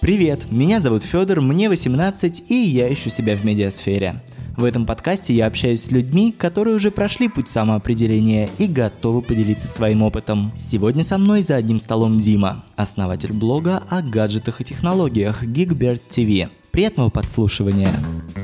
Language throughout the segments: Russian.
Привет, меня зовут Федор, мне 18, и я ищу себя в медиасфере. В этом подкасте я общаюсь с людьми, которые уже прошли путь самоопределения и готовы поделиться своим опытом. Сегодня со мной за одним столом Дима, основатель блога о гаджетах и технологиях Geekbird TV. Приятного подслушивания.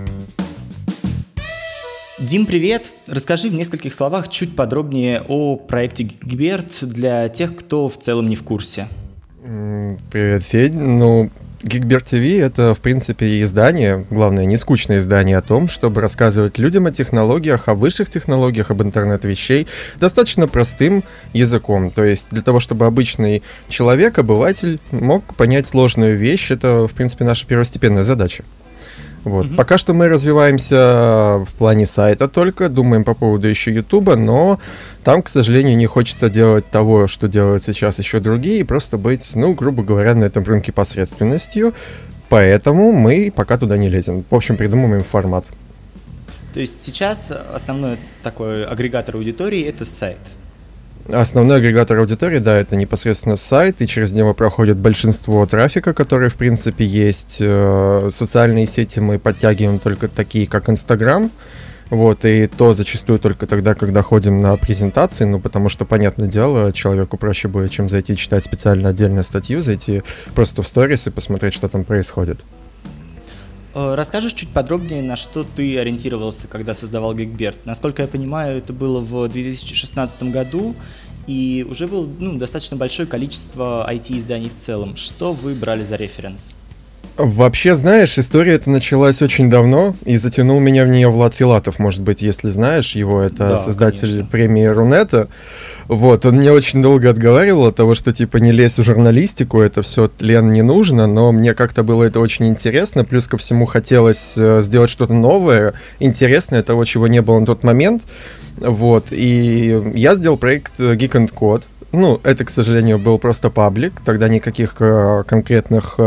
Дим, привет! Расскажи в нескольких словах чуть подробнее о проекте Geekbird для тех, кто в целом не в курсе. Привет, Федь. Geekbird TV — это, в принципе, издание, главное, не скучное издание о том, чтобы рассказывать людям о технологиях, о высших технологиях, об интернет-вещей достаточно простым языком. То есть для того, чтобы обычный человек, обыватель, мог понять сложную вещь, это, в принципе, наша первостепенная задача. Вот. Пока что мы развиваемся в плане сайта только, думаем по поводу еще Ютуба, но там, к сожалению, не хочется делать того, что делают сейчас еще другие, и просто быть, грубо говоря, на этом рынке посредственностью, поэтому мы пока туда не лезем. В общем, придумываем формат. То есть сейчас основной такой агрегатор аудитории — это сайт? Основной агрегатор аудитории, да, это непосредственно сайт, и через него проходит большинство трафика, который, в принципе, есть. Социальные сети мы подтягиваем только такие, как Инстаграм, вот, и то зачастую только тогда, когда ходим на презентации, потому что, понятное дело, человеку проще будет, чем зайти читать специально отдельную статью, зайти просто в сторис и посмотреть, что там происходит. Расскажешь чуть подробнее, на что ты ориентировался, когда создавал Geekbird? Насколько я понимаю, это было в 2016 году, и уже было достаточно большое количество IT-изданий в целом. Что вы брали за референс? Вообще, знаешь, история эта началась очень давно, и затянул меня в нее Влад Филатов, может быть, если знаешь его, это да, создатель, конечно, премии Рунета. Вот, он мне очень долго отговаривал от того, что, не лезь в журналистику, это все тлен не нужно, но мне как-то было это очень интересно, плюс ко всему хотелось сделать что-то новое, интересное, того, чего не было на тот момент. Вот, и я сделал проект Geek and Code. Это, к сожалению, был просто паблик, тогда никаких конкретных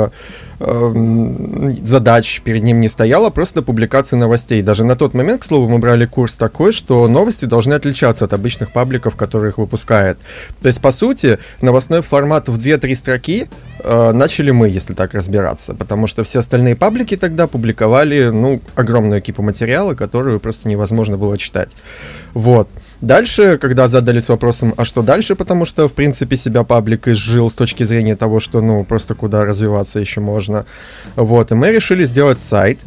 задач перед ним не стояло, просто публикация новостей. Даже на тот момент, к слову, мы брали курс такой, что новости должны отличаться от обычных пабликов, которые их выпускают. То есть, по сути, новостной формат в 2-3 строки начали мы, если так разбираться, потому что все остальные паблики тогда публиковали, огромную кипу материала, которую просто невозможно было читать. Вот. Дальше, когда задались вопросом, а что дальше, потому что, в принципе, себя паблик изжил с точки зрения того, что, просто куда развиваться еще можно. Вот, и мы решили сделать сайт.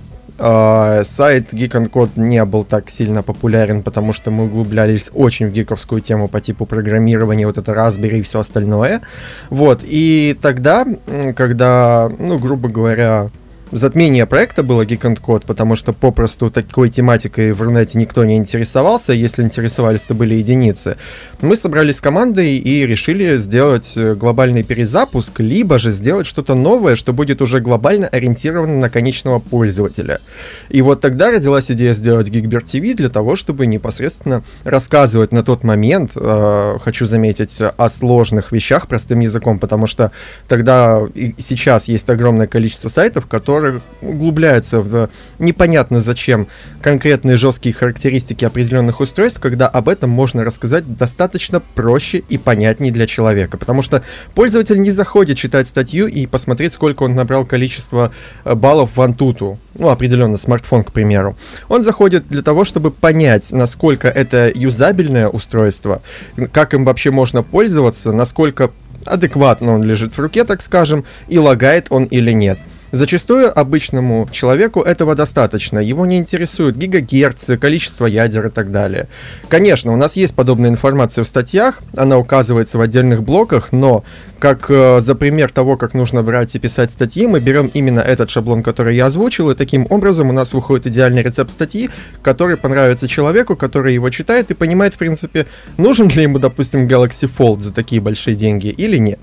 Сайт Geek and Code не был так сильно популярен, потому что мы углублялись очень в гиковскую тему по типу программирования, вот это Raspberry и все остальное. Вот, и тогда, когда, грубо говоря, затмение проекта было Geek and Code, потому что попросту такой тематикой в Рунете никто не интересовался, если интересовались, то были единицы. Мы собрались с командой и решили сделать глобальный перезапуск, либо же сделать что-то новое, что будет уже глобально ориентировано на конечного пользователя. И вот тогда родилась идея сделать Geekbird TV для того, чтобы непосредственно рассказывать на тот момент, хочу заметить, о сложных вещах простым языком, потому что тогда и сейчас есть огромное количество сайтов, которые углубляются в непонятно зачем конкретные жесткие характеристики определенных устройств, когда об этом можно рассказать достаточно проще и понятнее для человека, потому что пользователь не заходит читать статью и посмотреть, сколько он набрал количество баллов в Antutu, определенно смартфон, к примеру. Он заходит для того, чтобы понять, насколько это юзабельное устройство, как им вообще можно пользоваться, насколько адекватно он лежит в руке, так скажем, и лагает он или нет. Зачастую обычному человеку этого достаточно, его не интересуют гигагерцы, количество ядер и так далее. Конечно, у нас есть подобная информация в статьях, она указывается в отдельных блоках, но как за пример того, как нужно брать и писать статьи, мы берем именно этот шаблон, который я озвучил, и таким образом у нас выходит идеальный рецепт статьи, который понравится человеку, который его читает и понимает, в принципе, нужен ли ему, допустим, Galaxy Fold за такие большие деньги или нет.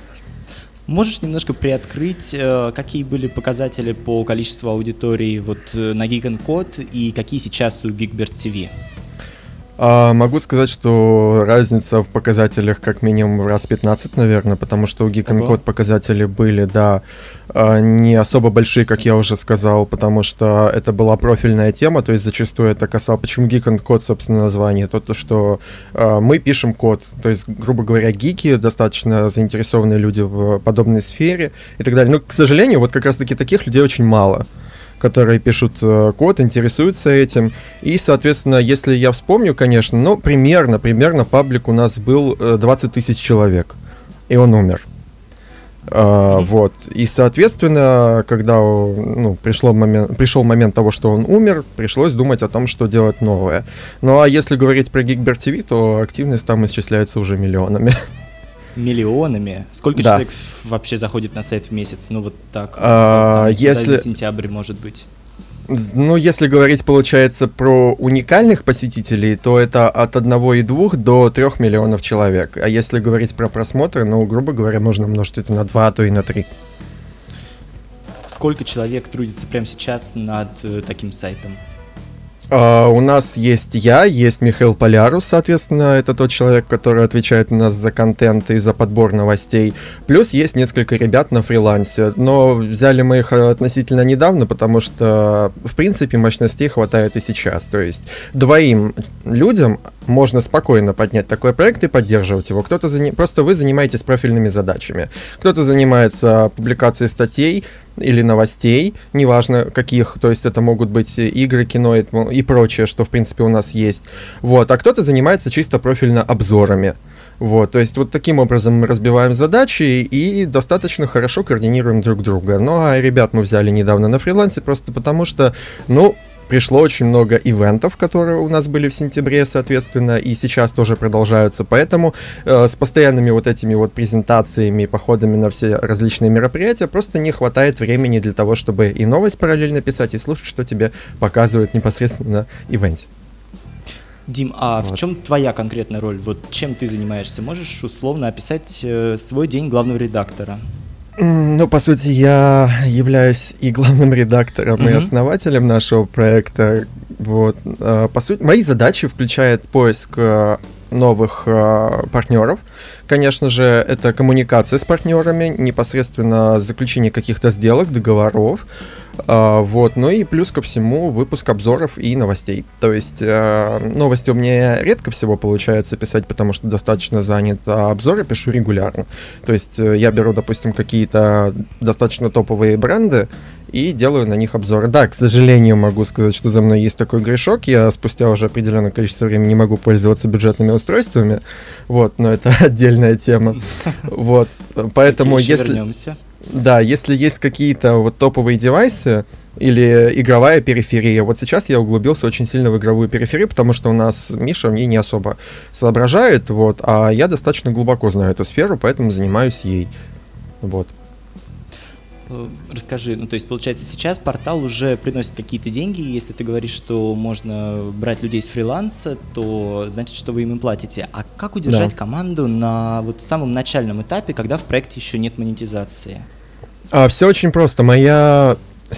Можешь немножко приоткрыть, какие были показатели по количеству аудитории на Geek and Code и какие сейчас у Geekbird TV? Могу сказать, что разница в показателях как минимум в раз 15, наверное, потому что у Geek and Code показатели были, да, не особо большие, как я уже сказал, потому что это была профильная тема, то есть зачастую это касалось, почему Geek and Code, собственно, название, то, что мы пишем код, то есть, грубо говоря, гики, достаточно заинтересованные люди в подобной сфере и так далее. Но, к сожалению, вот как раз-таки таких людей очень мало, которые пишут код, интересуются этим. И, соответственно, если я вспомню, конечно, но примерно паблик у нас был 20 тысяч человек, и он умер. Вот. И, соответственно, когда пришел момент того, что он умер, пришлось думать о том, что делать новое. Ну, а если говорить про Geekbird TV, то активность там исчисляется уже миллионами. Миллионами? Сколько человек вообще заходит на сайт в месяц? Ну, вот так. Если... За сентябрь, может быть. Ну, если говорить, получается, про уникальных посетителей, то это от 1,2 до 3 миллионов человек. А если говорить про просмотры, ну, грубо говоря, можно умножить это на 2, а то и на 3. Сколько человек трудится прямо сейчас над таким сайтом? У нас есть есть Михаил Полярус, соответственно, это тот человек, который отвечает у нас за контент и за подбор новостей. Плюс есть несколько ребят на фрилансе, но взяли мы их относительно недавно, потому что, в принципе, мощностей хватает и сейчас. То есть 2 людям можно спокойно поднять такой проект и поддерживать его. Просто вы занимаетесь профильными задачами. Кто-то занимается публикацией статей или новостей, неважно каких, то есть это могут быть игры, кино и прочее, что в принципе у нас есть. Вот. А кто-то занимается чисто профильно обзорами. Вот, то есть вот таким образом мы разбиваем задачи и достаточно хорошо координируем друг друга. Ну а ребят мы взяли недавно на фрилансе просто потому что, пришло очень много ивентов, которые у нас были в сентябре, соответственно, и сейчас тоже продолжаются. Поэтому с постоянными вот этими вот презентациями, походами на все различные мероприятия просто не хватает времени для того, чтобы и новость параллельно писать, и слушать, что тебе показывают непосредственно на ивенте. Дим, а в чем твоя конкретная роль? Вот чем ты занимаешься? Можешь условно описать свой день главного редактора? Ну, по сути, я являюсь и главным редактором, и основателем нашего проекта. Вот. По сути, мои задачи включают поиск новых партнеров. Конечно же, это коммуникация с партнерами, непосредственно заключение каких-то сделок, договоров. Вот. Ну и плюс ко всему выпуск обзоров и новостей. То есть новости у меня редко всего получается писать, потому что достаточно занят, а обзоры пишу регулярно. То есть я беру, допустим, какие-то достаточно топовые бренды и делаю на них обзоры. Да, к сожалению, могу сказать, что за мной есть такой грешок. Я спустя уже определенное количество времени не могу пользоваться бюджетными устройствами. Вот, но это отдельная тема. Вот, поэтому вернемся. Да, если есть какие-то вот топовые девайсы или игровая периферия, вот сейчас я углубился очень сильно в игровую периферию, потому что у нас Миша в ней не особо соображает, вот, а я достаточно глубоко знаю эту сферу, поэтому занимаюсь ей, вот. Расскажи, то есть, получается, сейчас портал уже приносит какие-то деньги, если ты говоришь, что можно брать людей с фриланса, то значит, что вы им платите. А как удержать команду на вот самом начальном этапе, когда в проекте еще нет монетизации? Все очень просто. Моя,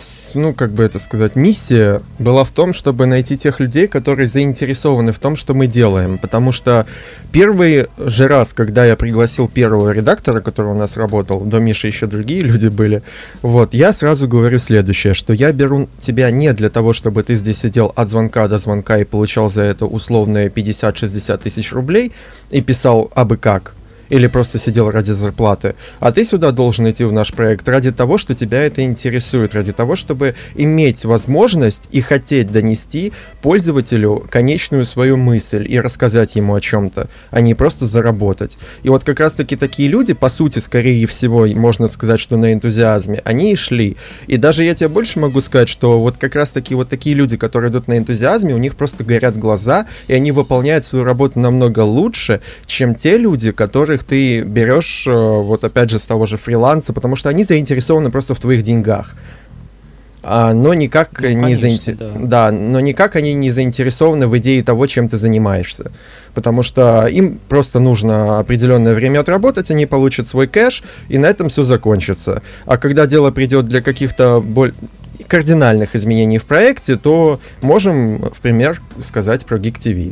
миссия была в том, чтобы найти тех людей, которые заинтересованы в том, что мы делаем. Потому что первый же раз, когда я пригласил первого редактора, который у нас работал, до Миши еще другие люди были, вот, я сразу говорю следующее, что я беру тебя не для того, чтобы ты здесь сидел от звонка до звонка и получал за это условные 50-60 тысяч рублей и писал абы как, или просто сидел ради зарплаты, а ты сюда должен идти в наш проект ради того, что тебя это интересует, ради того, чтобы иметь возможность и хотеть донести пользователю конечную свою мысль и рассказать ему о чем-то, а не просто заработать. И вот как раз-таки такие люди, по сути, скорее всего, можно сказать, что на энтузиазме, они и шли. И даже я тебе больше могу сказать, что вот как раз-таки вот такие люди, которые идут на энтузиазме, у них просто горят глаза, и они выполняют свою работу намного лучше, чем те люди, которые ты берешь, вот опять же, с того же фриланса, потому что они заинтересованы просто в твоих деньгах. Но никак но никак они не заинтересованы в идее того, чем ты занимаешься. Потому что им просто нужно определенное время отработать, они получат свой кэш, и на этом все закончится. А когда дело придет для каких-то кардинальных изменений в проекте, то можем, в пример, сказать про Geek TV,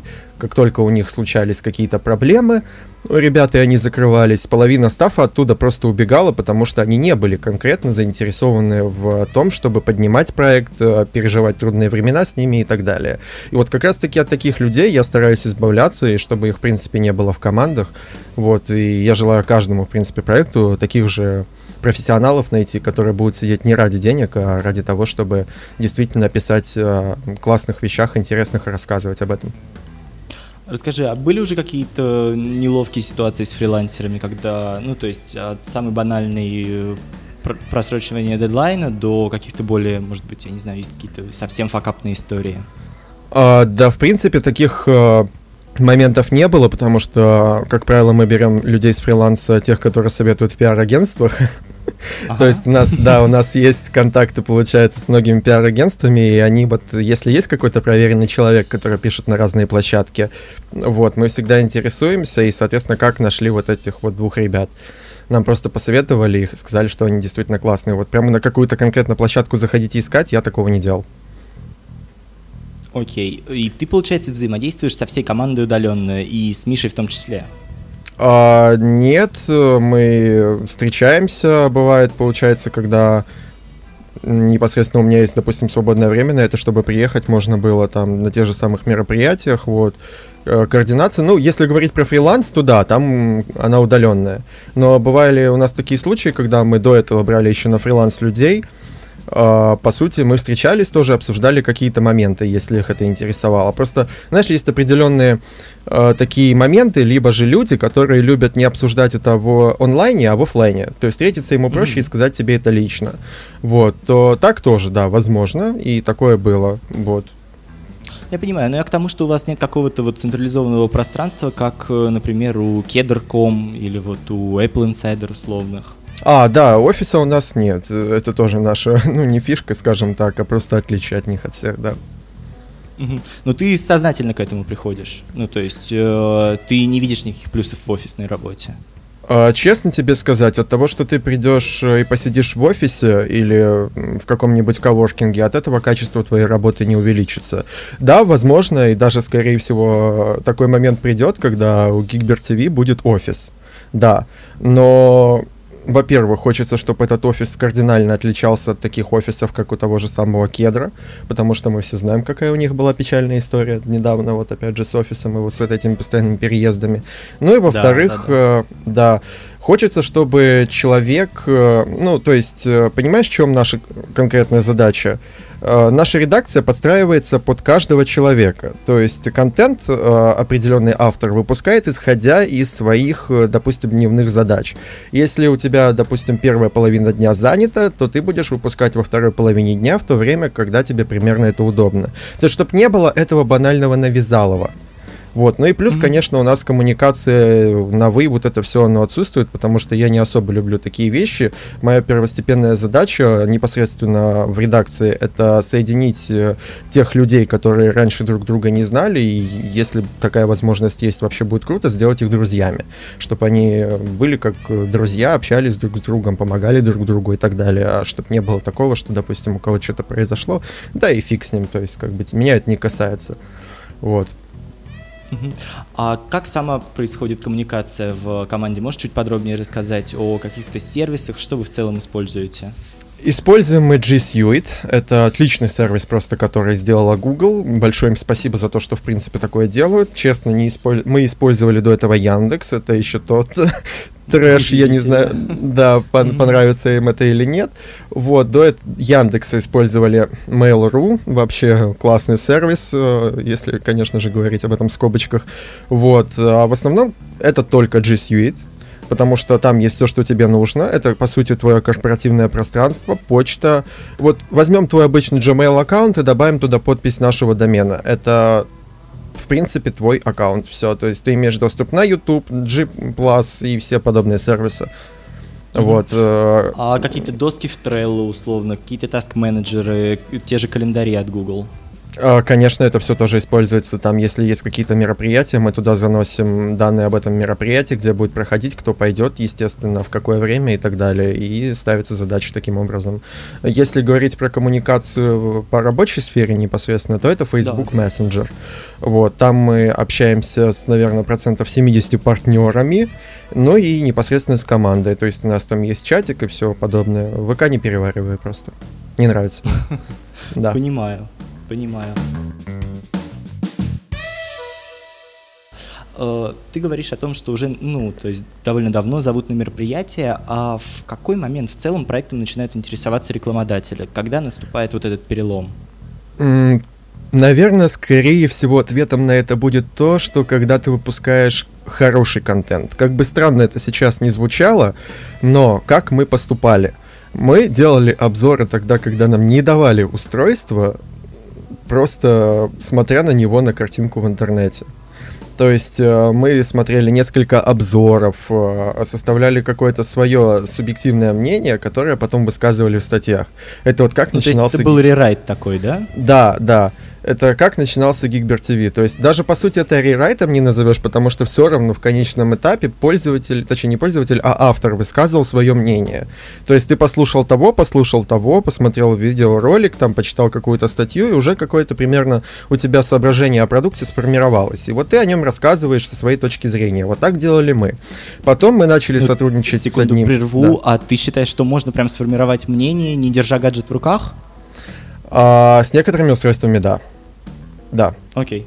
как только у них случались какие-то проблемы, ребята, и они закрывались, половина стаффа оттуда просто убегала, потому что они не были конкретно заинтересованы в том, чтобы поднимать проект, переживать трудные времена с ними и так далее. И вот как раз-таки от таких людей я стараюсь избавляться, и чтобы их, в принципе, не было в командах. Вот, и я желаю каждому, в принципе, проекту таких же профессионалов найти, которые будут сидеть не ради денег, а ради того, чтобы действительно писать о классных вещах, интересных, и рассказывать об этом. Расскажи, а были уже какие-то неловкие ситуации с фрилансерами, когда, ну, то есть от самой банальной просрочивания дедлайна до каких-то более, может быть, я не знаю, есть какие-то совсем факапные истории? Да, в принципе, таких моментов не было, потому что, как правило, мы берем людей с фриланса, тех, которые советуют в пиар-агентствах. То есть у нас есть контакты, получается, с многими пиар-агентствами, и они вот, если есть какой-то проверенный человек, который пишет на разные площадки, вот, мы всегда интересуемся, и, соответственно, как нашли вот этих вот двух ребят. Нам просто посоветовали их, сказали, что они действительно классные. Вот прямо на какую-то конкретную площадку заходить и искать, я такого не делал. Окей. И ты, получается, взаимодействуешь со всей командой удаленно, и с Мишей в том числе? Нет, мы встречаемся, бывает, получается, когда непосредственно у меня есть, допустим, свободное время на это, чтобы приехать можно было там на тех же самых мероприятиях, вот. Координация, ну, если говорить про фриланс, то да, там она удаленная. Но бывали у нас такие случаи, когда мы до этого брали еще на фриланс людей. По сути, мы встречались тоже, обсуждали какие-то моменты, если их это интересовало. Просто, знаешь, есть определенные такие моменты, либо же люди, которые любят не обсуждать это в онлайне, а в офлайне. То есть встретиться ему проще и сказать тебе это лично. Вот, то так тоже, да, возможно, и такое было, вот. Я понимаю, но я к тому, что у вас нет какого-то вот централизованного пространства, как, например, у Kedr.com или вот у Apple Insider условных. Да, офиса у нас нет. Это тоже наша, ну, не фишка, скажем так, а просто отличие от них от всех, да. Но ты сознательно к этому приходишь. Ну, то есть ты не видишь никаких плюсов в офисной работе. Честно тебе сказать, от того, что ты придешь и посидишь в офисе или в каком-нибудь коворкинге, от этого качество твоей работы не увеличится. Да, возможно, и даже, скорее всего, такой момент придет, когда у Geekbird TV будет офис. Да, но... Во-первых, хочется, чтобы этот офис кардинально отличался от таких офисов, как у того же самого Кедра, потому что мы все знаем, какая у них была печальная история недавно, вот опять же с офисом и вот с этими постоянными переездами. Ну и во-вторых, да, хочется, чтобы человек, ну, то есть, понимаешь, в чем наша конкретная задача? Наша редакция подстраивается под каждого человека. То есть контент определенный автор выпускает, исходя из своих, допустим, дневных задач. Если у тебя, допустим, первая половина дня занята, то ты будешь выпускать во второй половине дня в то время, когда тебе примерно это удобно. То есть, чтобы не было этого банального навязалова. Вот. Ну и плюс, конечно, у нас коммуникация на «вы», вот это все оно отсутствует, потому что я не особо люблю такие вещи. Моя первостепенная задача непосредственно в редакции — это соединить тех людей, которые раньше друг друга не знали, и если такая возможность есть, вообще будет круто сделать их друзьями, чтобы они были как друзья, общались друг с другом, помогали друг другу и так далее, а чтобы не было такого, что, допустим, у кого-то что-то произошло, да и фиг с ним, то есть как бы меня это не касается. Вот. А как сама происходит коммуникация в команде? Можешь чуть подробнее рассказать о каких-то сервисах, что вы в целом используете? Используем мы G Suite. Это отличный сервис, просто который сделала Google. Большое им спасибо за то, что в принципе такое делают. Честно, мы использовали до этого Яндекс. Это еще тот трэш, я не знаю, да, понравится им это или нет. Вот, до Яндекса использовали Mail.ru, вообще классный сервис, если, конечно же, говорить об этом в скобочках. Вот, а в основном это только G Suite, потому что там есть все, что тебе нужно. Это, по сути, твое корпоративное пространство, почта. Вот возьмем твой обычный Gmail аккаунт и добавим туда подпись нашего домена. Это, в принципе, твой аккаунт. Все, то есть ты имеешь доступ на YouTube, G+, и все подобные сервисы. Вот. А какие-то доски в Trello, условно, какие-то таск-менеджеры, те же календари от Google? Конечно, это все тоже используется. Там, если есть какие-то мероприятия, мы туда заносим данные об этом мероприятии, где будет проходить, кто пойдет, естественно, в какое время и так далее, и ставятся задачи таким образом. Если говорить про коммуникацию по рабочей сфере непосредственно, то это Facebook Messenger. Вот, там мы общаемся с, наверное, 70% партнерами, ну и непосредственно с командой. То есть у нас там есть чатик и все подобное. ВК не перевариваю просто. Не нравится. Да. Понимаю. Ты говоришь о том, что уже, то есть довольно давно зовут на мероприятия, а в какой момент в целом проектом начинают интересоваться рекламодатели? Когда наступает вот этот перелом? Наверное, скорее всего, ответом на это будет то, что когда ты выпускаешь хороший контент. Как бы странно это сейчас не звучало, но как мы поступали? Мы делали обзоры тогда, когда нам не давали устройство, просто смотря на него, на картинку в интернете. То есть мы смотрели несколько обзоров, составляли какое-то свое субъективное мнение, которое потом высказывали в статьях. Это вот как начинался... То есть это был рерайт такой, да? Да. Это как начинался Geekbird TV. То есть даже по сути это рерайтом не назовешь, потому что все равно в конечном этапе пользователь, точнее не пользователь, а автор высказывал свое мнение. То есть ты послушал того, посмотрел видеоролик, там почитал какую-то статью, и уже какое-то примерно у тебя соображение о продукте сформировалось. И вот ты о нем рассказываешь со своей точки зрения. Вот так делали мы. Потом мы начали сотрудничать с одним... Прерву, да. А ты считаешь, что можно прям сформировать мнение, не держа гаджет в руках? С некоторыми устройствами, да. Да. Окей.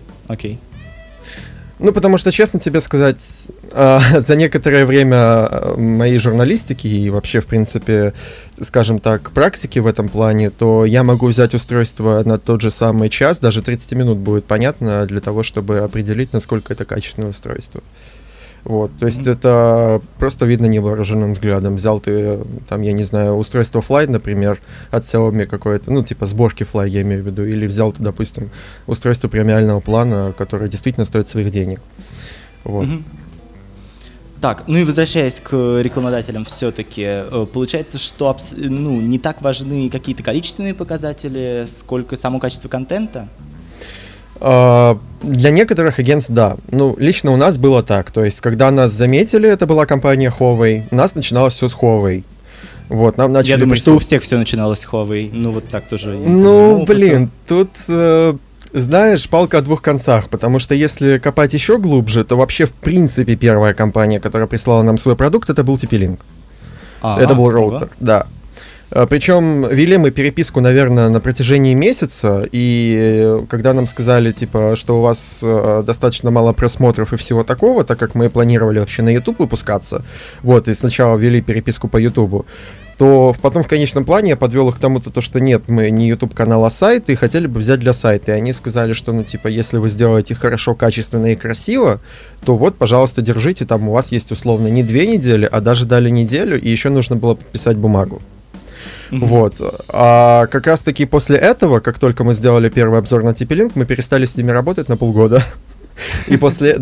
Ну, потому что, честно тебе сказать, за некоторое время моей журналистики и вообще, в принципе, скажем так, практики в этом плане, то я могу взять устройство на тот же самый час, даже 30 минут будет понятно для того, чтобы определить, насколько это качественное устройство. Вот, то есть это просто видно невооруженным взглядом. Взял ты, там, я не знаю, устройство Fly, например, от Xiaomi какое-то, типа сборки Fly, я имею в виду, или взял ты, допустим, устройство премиального плана, которое действительно стоит своих денег. Вот. Так, и возвращаясь к рекламодателям все-таки, получается, что не так важны какие-то количественные показатели, сколько само качество контента? Для некоторых агентств, да. Лично у нас было так. То есть, когда нас заметили, это была компания Huawei, у нас начиналось все с Huawei. Вот, нам начали... Я думаю, что у всех все начиналось с Huawei. Вот так тоже. Тут, знаешь, палка о двух концах, потому что если копать еще глубже, то вообще, в принципе, первая компания, которая прислала нам свой продукт, это был TP-Link. Это был роутер, да. Причем вели мы переписку, наверное, на протяжении месяца, и когда нам сказали, типа, что у вас достаточно мало просмотров и всего такого, так как мы планировали вообще на YouTube выпускаться, вот, и сначала вели переписку по YouTube, то потом в конечном плане я подвел их к тому, что нет, мы не YouTube-канал, а сайт, и хотели бы взять для сайта. И они сказали, что, если вы сделаете хорошо, качественно и красиво, то вот, пожалуйста, держите, там у вас есть условно не 2 недели, а даже дали неделю, и еще нужно было подписать бумагу. Вот. А как раз таки после этого, как только мы сделали первый обзор на TP-Link, мы перестали с ними работать на полгода. И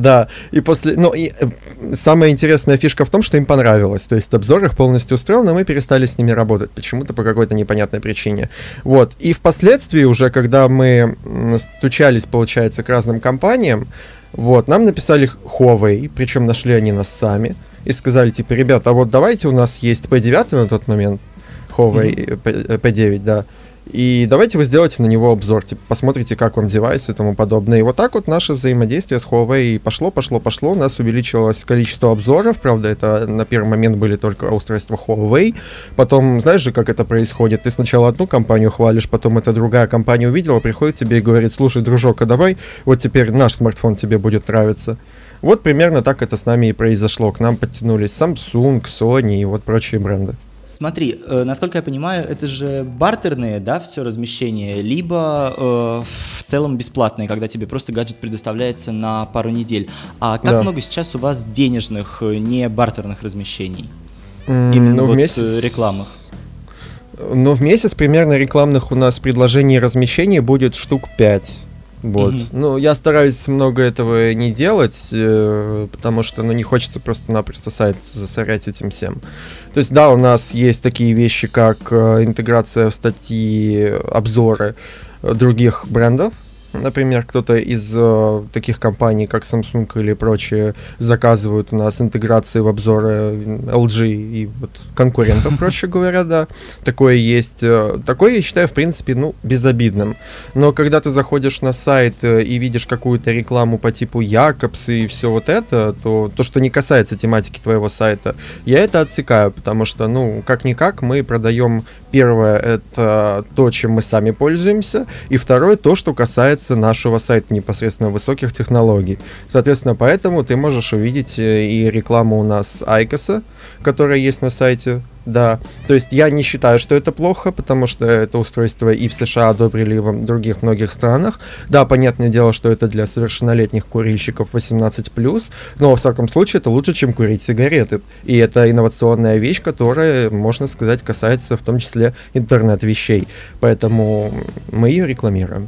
самая интересная фишка в том, что им понравилось. То есть обзор их полностью устроил, но мы перестали с ними работать почему-то по какой-то непонятной причине. Вот. И впоследствии уже, когда мы стучались, получается, к разным компаниям, вот, нам написали Huawei, причем нашли они нас сами, и сказали, типа, ребята, а вот давайте, у нас есть P9 на тот момент, Huawei P9, да. И давайте вы сделаете на него обзор, типа, посмотрите, как вам девайс и тому подобное. И вот так вот наше взаимодействие с Huawei пошло. У нас увеличилось количество обзоров, правда, это на первый момент были только устройства Huawei. Потом, знаешь же, как это происходит? Ты сначала одну компанию хвалишь, потом эта другая компания увидела, приходит тебе и говорит, слушай, дружок, а давай вот теперь наш смартфон тебе будет нравиться. Вот примерно так это с нами и произошло. К нам подтянулись Samsung, Sony и вот прочие бренды. Смотри, насколько я понимаю, это же бартерные, да, все размещение, либо в целом бесплатные, когда тебе просто гаджет предоставляется на пару недель. А как много сейчас у вас денежных, не бартерных размещений? Именно в месяц рекламных? В месяц примерно рекламных у нас предложений размещения будет штук 5. Вот. Я стараюсь много этого не делать, потому что, не хочется просто-напросто сайт засорять этим всем. То есть, да, у нас есть такие вещи, как интеграция в статьи, обзоры других брендов, например, кто-то из таких компаний, как Samsung или прочие, заказывают у нас интеграции в обзоры LG и вот конкурентов, проще говоря, да. Такое есть. Такое, я считаю, в принципе, безобидным. Но когда ты заходишь на сайт и видишь какую-то рекламу по типу Якобс и все вот это, то, что не касается тематики твоего сайта, я это отсекаю, потому что, как-никак, мы продаем, первое, это то, чем мы сами пользуемся, и второе, то, что касается нашего сайта непосредственно высоких технологий. Соответственно, поэтому ты можешь увидеть и рекламу у нас Айкоса, которая есть на сайте. Да, то есть я не считаю, что это плохо, потому что это устройство и в США одобрили, и в других многих странах. Да, понятное дело, что это для совершеннолетних курильщиков 18+, но, во всяком случае, это лучше, чем курить сигареты. И это инновационная вещь, которая, можно сказать, касается в том числе интернет-вещей. Поэтому мы ее рекламируем.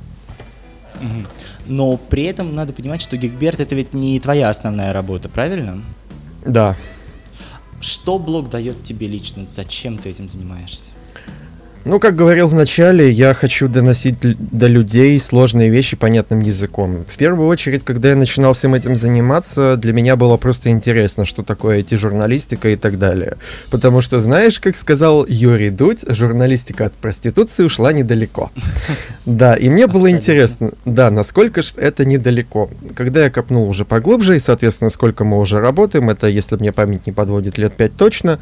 Но при этом надо понимать, что Geekbert — это ведь не твоя основная работа, правильно? Да. Что блог дает тебе лично? Зачем ты этим занимаешься? Как говорил в начале, я хочу доносить до людей сложные вещи понятным языком. В первую очередь, когда я начинал всем этим заниматься, для меня было просто интересно, что такое IT-журналистика и так далее. Потому что, знаешь, как сказал Юрий Дудь, журналистика от проституции ушла недалеко. Да, и мне было интересно, да, насколько же это недалеко. Когда я копнул уже поглубже, и, соответственно, сколько мы уже работаем, это, если мне память не подводит, лет 5 точно,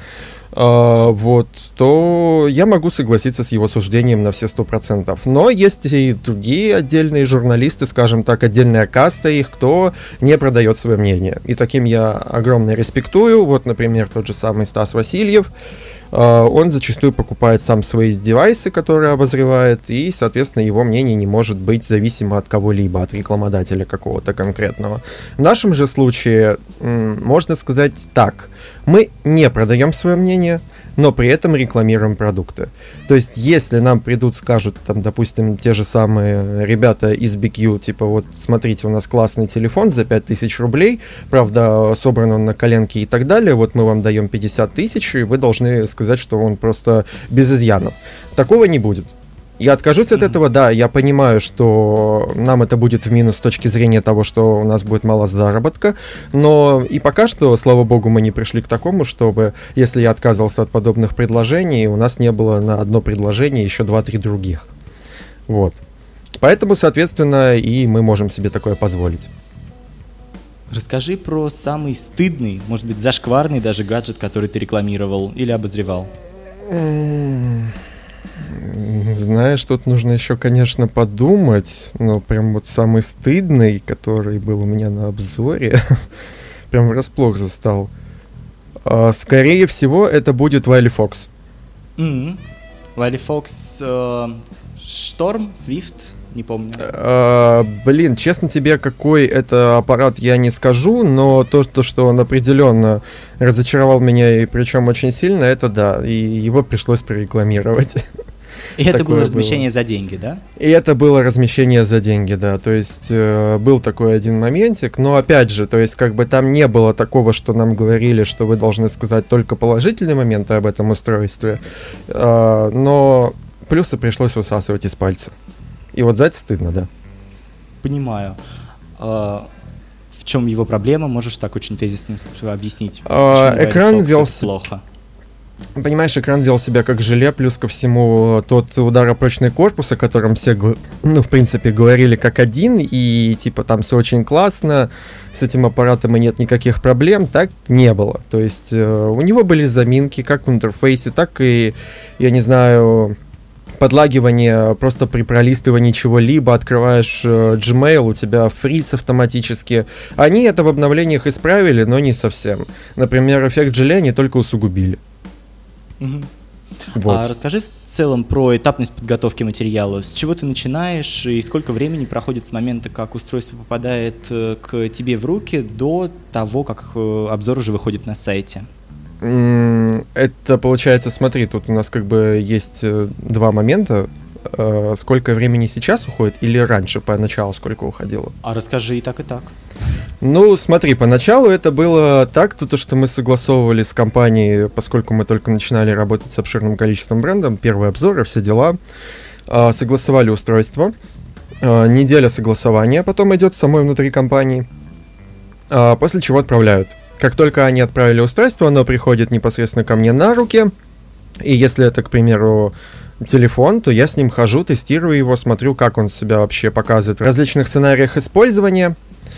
то я могу согласиться с его суждением на все 100%. Но есть и другие отдельные журналисты, скажем так, отдельная каста их, кто не продает свое мнение. И таким я огромно респектую. Вот, например, тот же самый Стас Васильев. Он зачастую покупает сам свои девайсы, которые обозревает, и, соответственно, его мнение не может быть зависимо от кого-либо, от рекламодателя какого-то конкретного. В нашем же случае, можно сказать так, мы не продаем свое мнение, но при этом рекламируем продукты. То есть, если нам придут, скажут, там, допустим, те же самые ребята из BQ, типа, вот, смотрите, у нас классный телефон за 5000 рублей, правда, собран он на коленке и так далее, вот мы вам даем 50 тысяч, и вы должны сказать, что он просто без изъянов. Такого не будет. Я откажусь от этого, да, я понимаю, что нам это будет в минус с точки зрения того, что у нас будет мало заработка, но и пока что, слава богу, мы не пришли к такому, чтобы, если я отказывался от подобных предложений, у нас не было на одно предложение еще 2-3 других. Вот. Поэтому, соответственно, и мы можем себе такое позволить. Расскажи про самый стыдный, может быть, зашкварный даже гаджет, который ты рекламировал или обозревал. Знаешь, тут нужно еще, конечно, подумать, но прям вот самый стыдный, который был у меня на обзоре, прям врасплох застал. Скорее всего, это будет Wiley Fox. Wiley Fox Шторм, Swift, не помню. Блин, честно тебе, какой это аппарат, я не скажу, но то, что он определенно разочаровал меня, и причем очень сильно, это да, и его пришлось прорекламировать. И это было размещение за деньги, да? И это было размещение за деньги, да. То есть был такой один моментик, но опять же, то есть как бы там не было такого, что нам говорили, что вы должны сказать только положительные моменты об этом устройстве, но плюсы пришлось высасывать из пальца. И вот за это стыдно, да. Понимаю. В чем его проблема? Можешь так очень тезисно объяснить? Экран велся плохо. Понимаешь, экран вел себя как желе, плюс ко всему тот ударопрочный корпус, о котором все, в принципе, говорили как один, и типа там все очень классно, с этим аппаратом и нет никаких проблем, так не было. То есть у него были заминки как в интерфейсе, так и, я не знаю, подлагивание просто при пролистывании чего-либо, открываешь Gmail, у тебя фриз автоматически. Они это в обновлениях исправили, но не совсем. Например, эффект желе они только усугубили. Вот. Расскажи в целом про этапность подготовки материала. С чего ты начинаешь и сколько времени проходит с момента, как устройство попадает к тебе в руки, до того, как обзор уже выходит на сайте? Это получается, смотри, тут у нас как бы есть два момента. Сколько времени сейчас уходит или раньше, поначалу сколько уходило? А расскажи и так, и так. Ну, смотри, поначалу это было так, то, что мы согласовывали с компанией, поскольку мы только начинали работать с обширным количеством брендов, первые обзоры, все дела, согласовали устройство. неделя согласования потом идет самой внутри компании, после чего отправляют. Как только они отправили устройство, оно приходит непосредственно ко мне на руки, и если это, к примеру, телефон, то я с ним хожу, тестирую его, смотрю, как он себя вообще показывает в различных сценариях использования,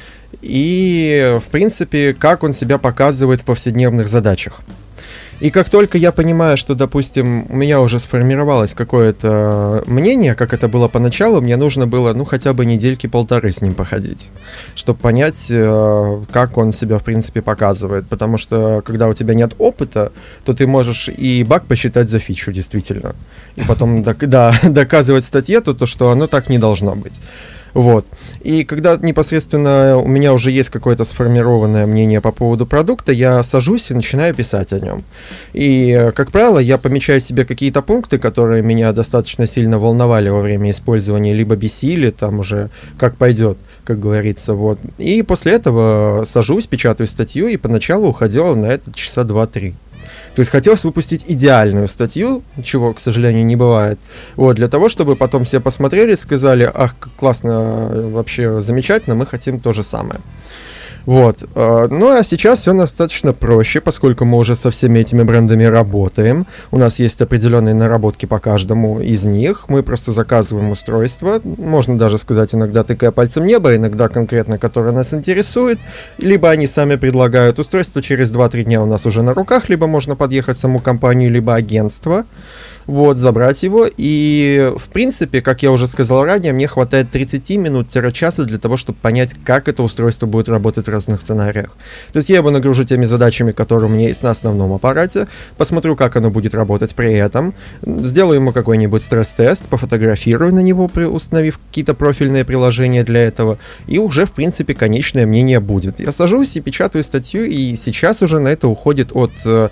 и, в принципе, как он себя показывает в повседневных задачах. И как только я понимаю, что, допустим, у меня уже сформировалось какое-то мнение, как это было поначалу, мне нужно было, хотя бы недельки-полторы с ним походить, чтобы понять, как он себя, в принципе, показывает. Потому что, когда у тебя нет опыта, то ты можешь и баг посчитать за фичу, действительно. И потом доказывать в статье то, что оно так не должно быть. Вот. И когда непосредственно у меня уже есть какое-то сформированное мнение по поводу продукта, я сажусь и начинаю писать о нем. И, как правило, я помечаю себе какие-то пункты, которые меня достаточно сильно волновали во время использования, либо бесили, там уже как пойдет, как говорится. Вот. И после этого сажусь, печатаю статью, и поначалу уходило на это часа 2-3. То есть хотелось выпустить идеальную статью, чего, к сожалению, не бывает. Вот, для того, чтобы потом все посмотрели, сказали: ах, как классно, вообще замечательно, мы хотим то же самое. Вот. Ну, а сейчас все достаточно проще, поскольку мы уже со всеми этими брендами работаем. У нас есть определенные наработки по каждому из них. Мы просто заказываем устройство. Можно даже сказать, иногда тыкая пальцем в небо, иногда конкретно, которое нас интересует. Либо они сами предлагают устройство. Через 2-3 дня у нас уже на руках. Либо можно подъехать в саму компанию, либо агентство. Вот, забрать его. И, в принципе, как я уже сказал ранее, мне хватает 30 минут-часа для того, чтобы понять, как это устройство будет работать в разных сценариях. То есть я его нагружу теми задачами, которые у меня есть на основном аппарате, посмотрю, как оно будет работать при этом, сделаю ему какой-нибудь стресс-тест, пофотографирую на него, установив какие-то профильные приложения для этого, и уже, в принципе, конечное мнение будет. Я сажусь и печатаю статью, и сейчас уже на это уходит от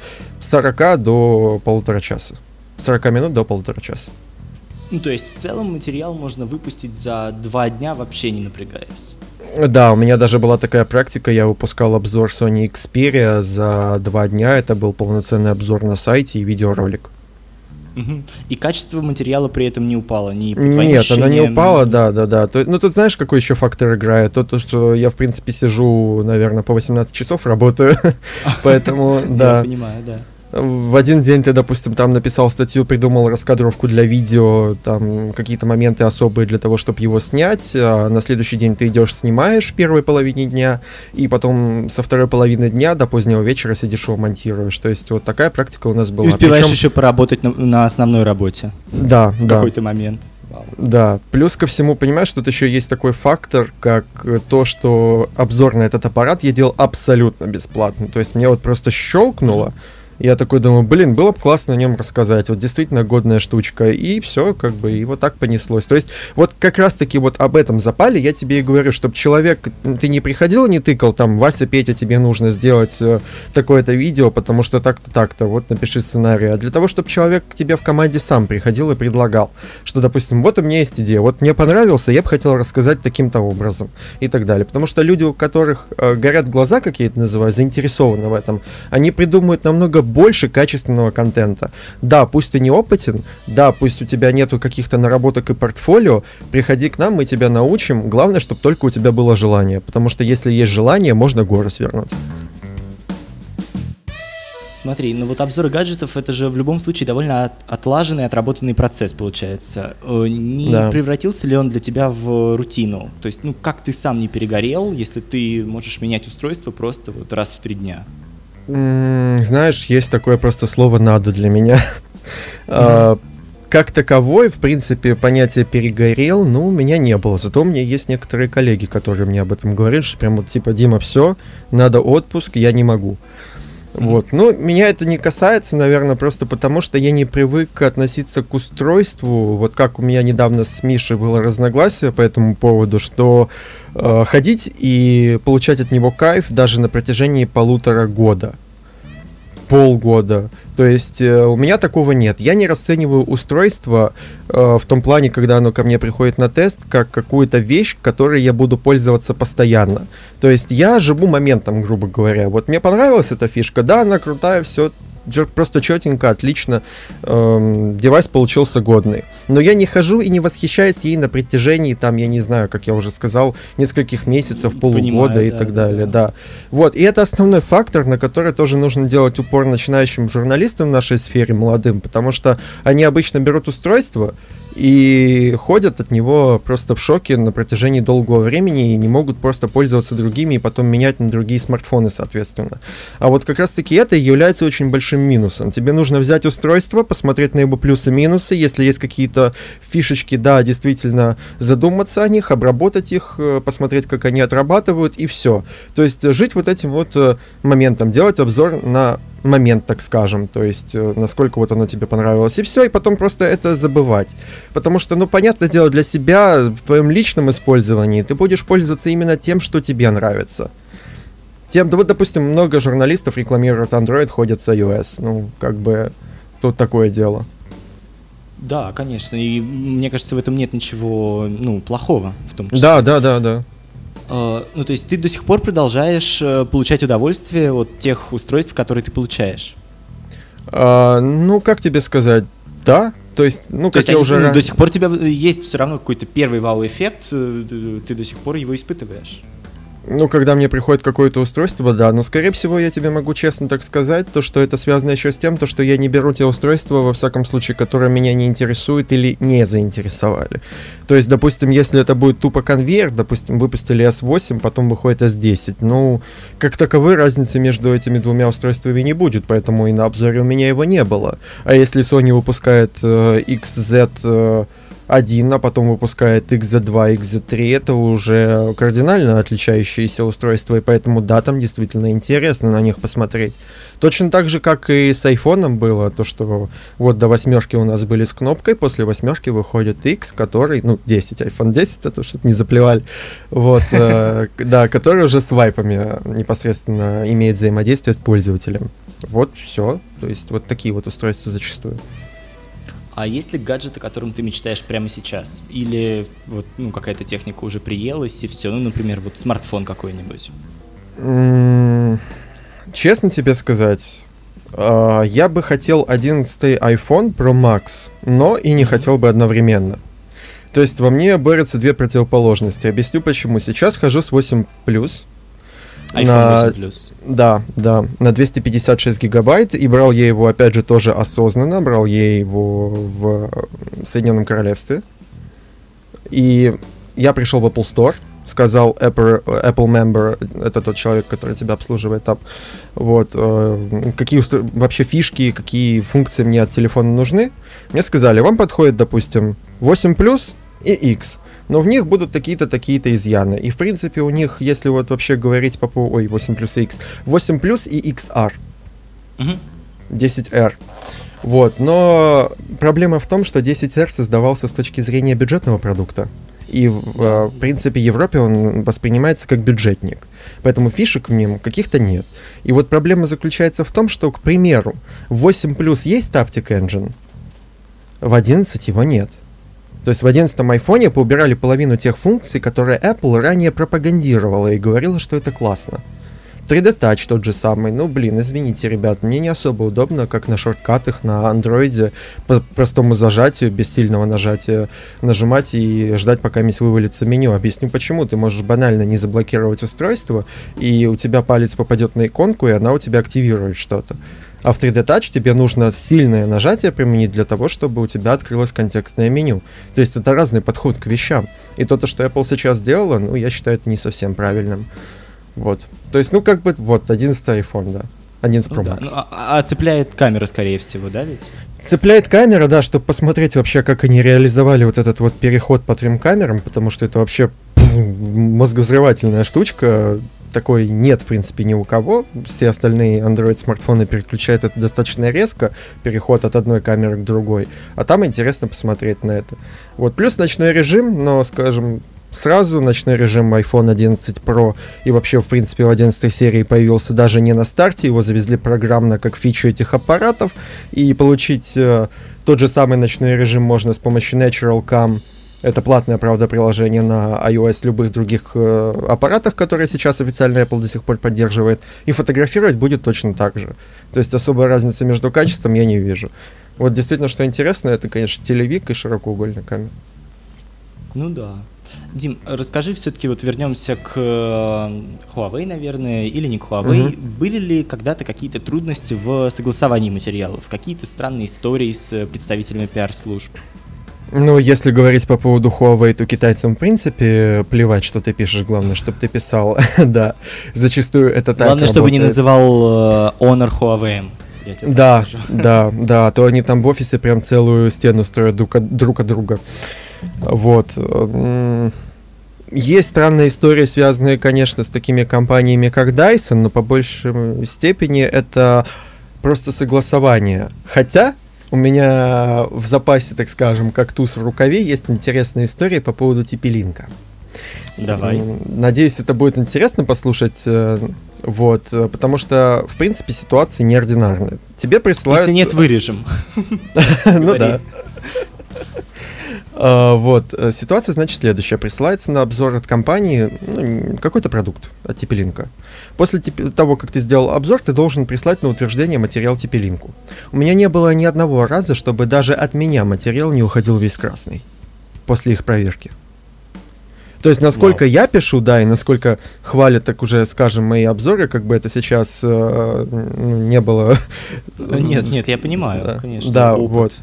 40 до полутора часа. 40 минут до полутора часа. Ну, то есть, в целом, материал можно выпустить за 2 дня, вообще не напрягаясь. Да, у меня даже была такая практика, я выпускал обзор Sony Xperia за 2 дня, это был полноценный обзор на сайте и видеоролик. Угу. И качество материала при этом не упало? Нет, оно не упало, да. Ну, тут знаешь, какой еще фактор играет? То, что я, в принципе, сижу, наверное, по 18 часов работаю, поэтому, да. Я понимаю, да. В один день ты, допустим, там написал статью, придумал раскадровку для видео, там какие-то моменты особые для того, чтобы его снять, а на следующий день ты идешь, снимаешь в первой половине дня, и потом со второй половины дня до позднего вечера сидишь его монтируешь. То есть вот такая практика у нас была. И успеваешь еще поработать на основной работе. Да, в какой-то момент. Да, плюс ко всему, понимаешь, тут еще есть такой фактор, как то, что обзор на этот аппарат я делал абсолютно бесплатно. То есть мне вот просто щелкнуло. Я такой думаю, было бы классно о нем рассказать, вот действительно годная штучка, и все, как бы, и вот так понеслось. То есть, вот как раз-таки вот об этом запале я тебе и говорю, чтобы человек, ты не приходил, не тыкал, там, Вася, Петя, тебе нужно сделать такое-то видео, потому что так-то, так-то, вот напиши сценарий, а для того, чтобы человек к тебе в команде сам приходил и предлагал, что, допустим, вот у меня есть идея, вот мне понравился, я бы хотел рассказать таким-то образом, и так далее. Потому что люди, у которых горят глаза, как я это называю, заинтересованы в этом, они придумывают намного больше качественного контента. Да, пусть ты не опытен, да, пусть у тебя нету каких-то наработок и портфолио, приходи к нам, мы тебя научим. Главное, чтобы только у тебя было желание, потому что если есть желание, можно горы свернуть. Смотри, ну вот обзоры гаджетов — это же в любом случае довольно отлаженный, отработанный процесс получается. Не превратился ли он для тебя в рутину? То есть, ну как ты сам не перегорел, если ты можешь менять устройство просто вот раз в 3 дня? Знаешь, есть такое просто слово «надо» для меня. Как таковой, в принципе, понятие «перегорел», ну, у меня не было. Зато у меня есть некоторые коллеги, которые мне об этом говорят, что прям вот типа: Дима, все, надо отпуск, я не могу. Вот, ну, меня это не касается, наверное, просто потому, что я не привык относиться к устройству, вот как у меня недавно с Мишей было разногласие по этому поводу, что ходить и получать от него кайф даже на протяжении 1,5 года. Полгода. То есть у меня такого нет. Я не расцениваю устройство в том плане, когда оно ко мне приходит на тест, как какую-то вещь, которой я буду пользоваться постоянно. То есть я живу моментом, грубо говоря. Вот мне понравилась эта фишка, да, она крутая, все, просто четенько, отлично, девайс получился годный. Но я не хожу и не восхищаюсь ей на протяжении, там, я не знаю, как я уже сказал, нескольких месяцев, полугода и так далее, да. Вот, и это основной фактор, на который тоже нужно делать упор начинающим журналистам в нашей сфере, молодым, потому что они обычно берут устройство и ходят от него просто в шоке на протяжении долгого времени и не могут просто пользоваться другими и потом менять на другие смартфоны, соответственно. А вот как раз-таки это и является очень большим минусом. Тебе нужно взять устройство, посмотреть на его плюсы и минусы, если есть какие-то фишечки, да, действительно задуматься о них, обработать их, посмотреть, как они отрабатывают, и все. То есть жить вот этим вот моментом, делать обзор на момент, так скажем, то есть насколько вот оно тебе понравилось, и все, и потом просто это забывать. Потому что, ну, понятное дело, для себя, в твоем личном использовании, ты будешь пользоваться именно тем, что тебе нравится. Вот, допустим, много журналистов рекламируют Android, ходят с iOS. Ну, как бы, тут такое дело. Да, конечно, и мне кажется, в этом нет ничего, ну, плохого в том числе. Да. Ну, то есть ты до сих пор продолжаешь получать удовольствие от тех устройств, которые ты получаешь? Ну, как тебе сказать, да. То есть, ну, как я уже... До сих пор у тебя есть все равно какой-то первый вау-эффект, ты до сих пор его испытываешь? Ну, когда мне приходит какое-то устройство, да, но, скорее всего, я тебе могу честно так сказать, то, что это связано еще с тем, то, что я не беру те устройства, во всяком случае, которые меня не интересуют или не заинтересовали. То есть, допустим, если это будет тупо конвейер, допустим, выпустили S8, потом выходит S10, ну, как таковой разницы между этими двумя устройствами не будет, поэтому и на обзоре у меня его не было. А если Sony выпускает XZ1, а потом выпускает XZ2, XZ3, это уже кардинально отличающиеся устройства, и поэтому, да, там действительно интересно на них посмотреть. Точно так же, как и с айфоном было, то, что вот до 8 у нас были с кнопкой, после 8 выходит X, который, ну, 10, iPhone 10, это чтобы не заплевали, вот, да, который уже с вайпами непосредственно имеет взаимодействие с пользователем. Вот, все, то есть вот такие вот устройства зачастую. А есть ли гаджет, о котором ты мечтаешь прямо сейчас? Или вот, ну, какая-то техника уже приелась и все? Ну, например, вот смартфон какой-нибудь. Честно тебе сказать, я бы хотел 11-й iPhone Pro Max, но и не хотел бы одновременно. То есть во мне борются две противоположности. Объясню почему. Сейчас хожу с 8 Plus. iPhone 8 Plus. Да, на 256 гигабайт, и брал я его, опять же, тоже осознанно, брал я его в Соединенном Королевстве, и я пришел в Apple Store, сказал Apple Member, это тот человек, который тебя обслуживает там, вот, какие вообще фишки, какие функции мне от телефона нужны, мне сказали, вам подходит, допустим, 8 Plus и X, но в них будут такие-то, такие-то изъяны. И, в принципе, у них, если вот вообще говорить по поводу... 8 плюс X. 8 плюс и XR. 10R. Вот, но проблема в том, что 10R создавался с точки зрения бюджетного продукта. И, в принципе, в Европе он воспринимается как бюджетник. Поэтому фишек в нем каких-то нет. И вот проблема заключается в том, что, к примеру, в 8 плюс есть Taptic Engine, в 11 его нет. То есть в 11-м айфоне поубирали половину тех функций, которые Apple ранее пропагандировала и говорила, что это классно. 3D Touch тот же самый. Ну, блин, извините, ребят, мне не особо удобно, как на шорткатах на андроиде по простому зажатию, без сильного нажатия нажимать и ждать, пока вывалится меню. Объясню почему. Ты можешь банально не заблокировать устройство, и у тебя палец попадет на иконку, и она у тебя активирует что-то. А в 3D Touch тебе нужно сильное нажатие применить для того, чтобы у тебя открылось контекстное меню. То есть это разный подход к вещам. И то, что Apple сейчас сделала, ну, я считаю, это не совсем правильным. Вот. То есть, ну, как бы, вот, 11-й iPhone, да. 11 Pro Max. Ну, да. А цепляет камера, скорее всего, да, ведь? Цепляет камера, да, чтобы посмотреть вообще, как они реализовали вот этот вот переход по 3 камерам, потому что это вообще мозговзрывательная штучка. Такой нет, в принципе, ни у кого. Все остальные Android-смартфоны переключают это достаточно резко, переход от одной камеры к другой. А там интересно посмотреть на это. Вот, плюс ночной режим, но, скажем, сразу ночной режим iPhone 11 Pro и вообще, в принципе, в 11 серии появился даже не на старте, его завезли программно как фичу этих аппаратов, и получить тот же самый ночной режим можно с помощью Natural Cam Это платное, правда, приложение на iOS, любых других аппаратах, которые сейчас официально Apple до сих пор поддерживает. И фотографировать будет точно так же. То есть особой разницы между качеством я не вижу. Вот действительно, что интересно, это, конечно, телевик и широкоугольная камера. Ну да. Дим, расскажи все-таки, вот вернемся к Huawei, наверное, или не к Huawei. Были ли когда-то какие-то трудности в согласовании материалов? Какие-то странные истории с представителями пиар-служб? Ну, если говорить по поводу Huawei, то китайцам, в принципе, плевать, что ты пишешь, главное, чтобы ты писал. Да, зачастую это так главное, чтобы не называл Honor Huawei. Да, да, то они там в офисе прям целую стену строят друг от друга. Вот. Есть странные истории, связанные, конечно, с такими компаниями, как Dyson, но по большей степени это просто согласование. Хотя у меня в запасе, так скажем, как туз в рукаве, есть интересная история по поводу TP-Link. Давай. Надеюсь, это будет интересно послушать, вот, потому что, в принципе, ситуация неординарная. Тебе присылают... Если нет, вырежем. Ну да. Вот, ситуация, значит, следующая. Присылается на обзор от компании какой-то продукт от TP-Link. После того, как ты сделал обзор, ты должен прислать на утверждение материал TP-Link. У меня не было ни одного раза, чтобы даже от меня материал не уходил весь красный после их проверки. То есть, насколько я пишу, да, и насколько хвалят, так уже, скажем, мои обзоры, как бы это сейчас не было... Нет, я понимаю, да, конечно. Да, опыт. Вот.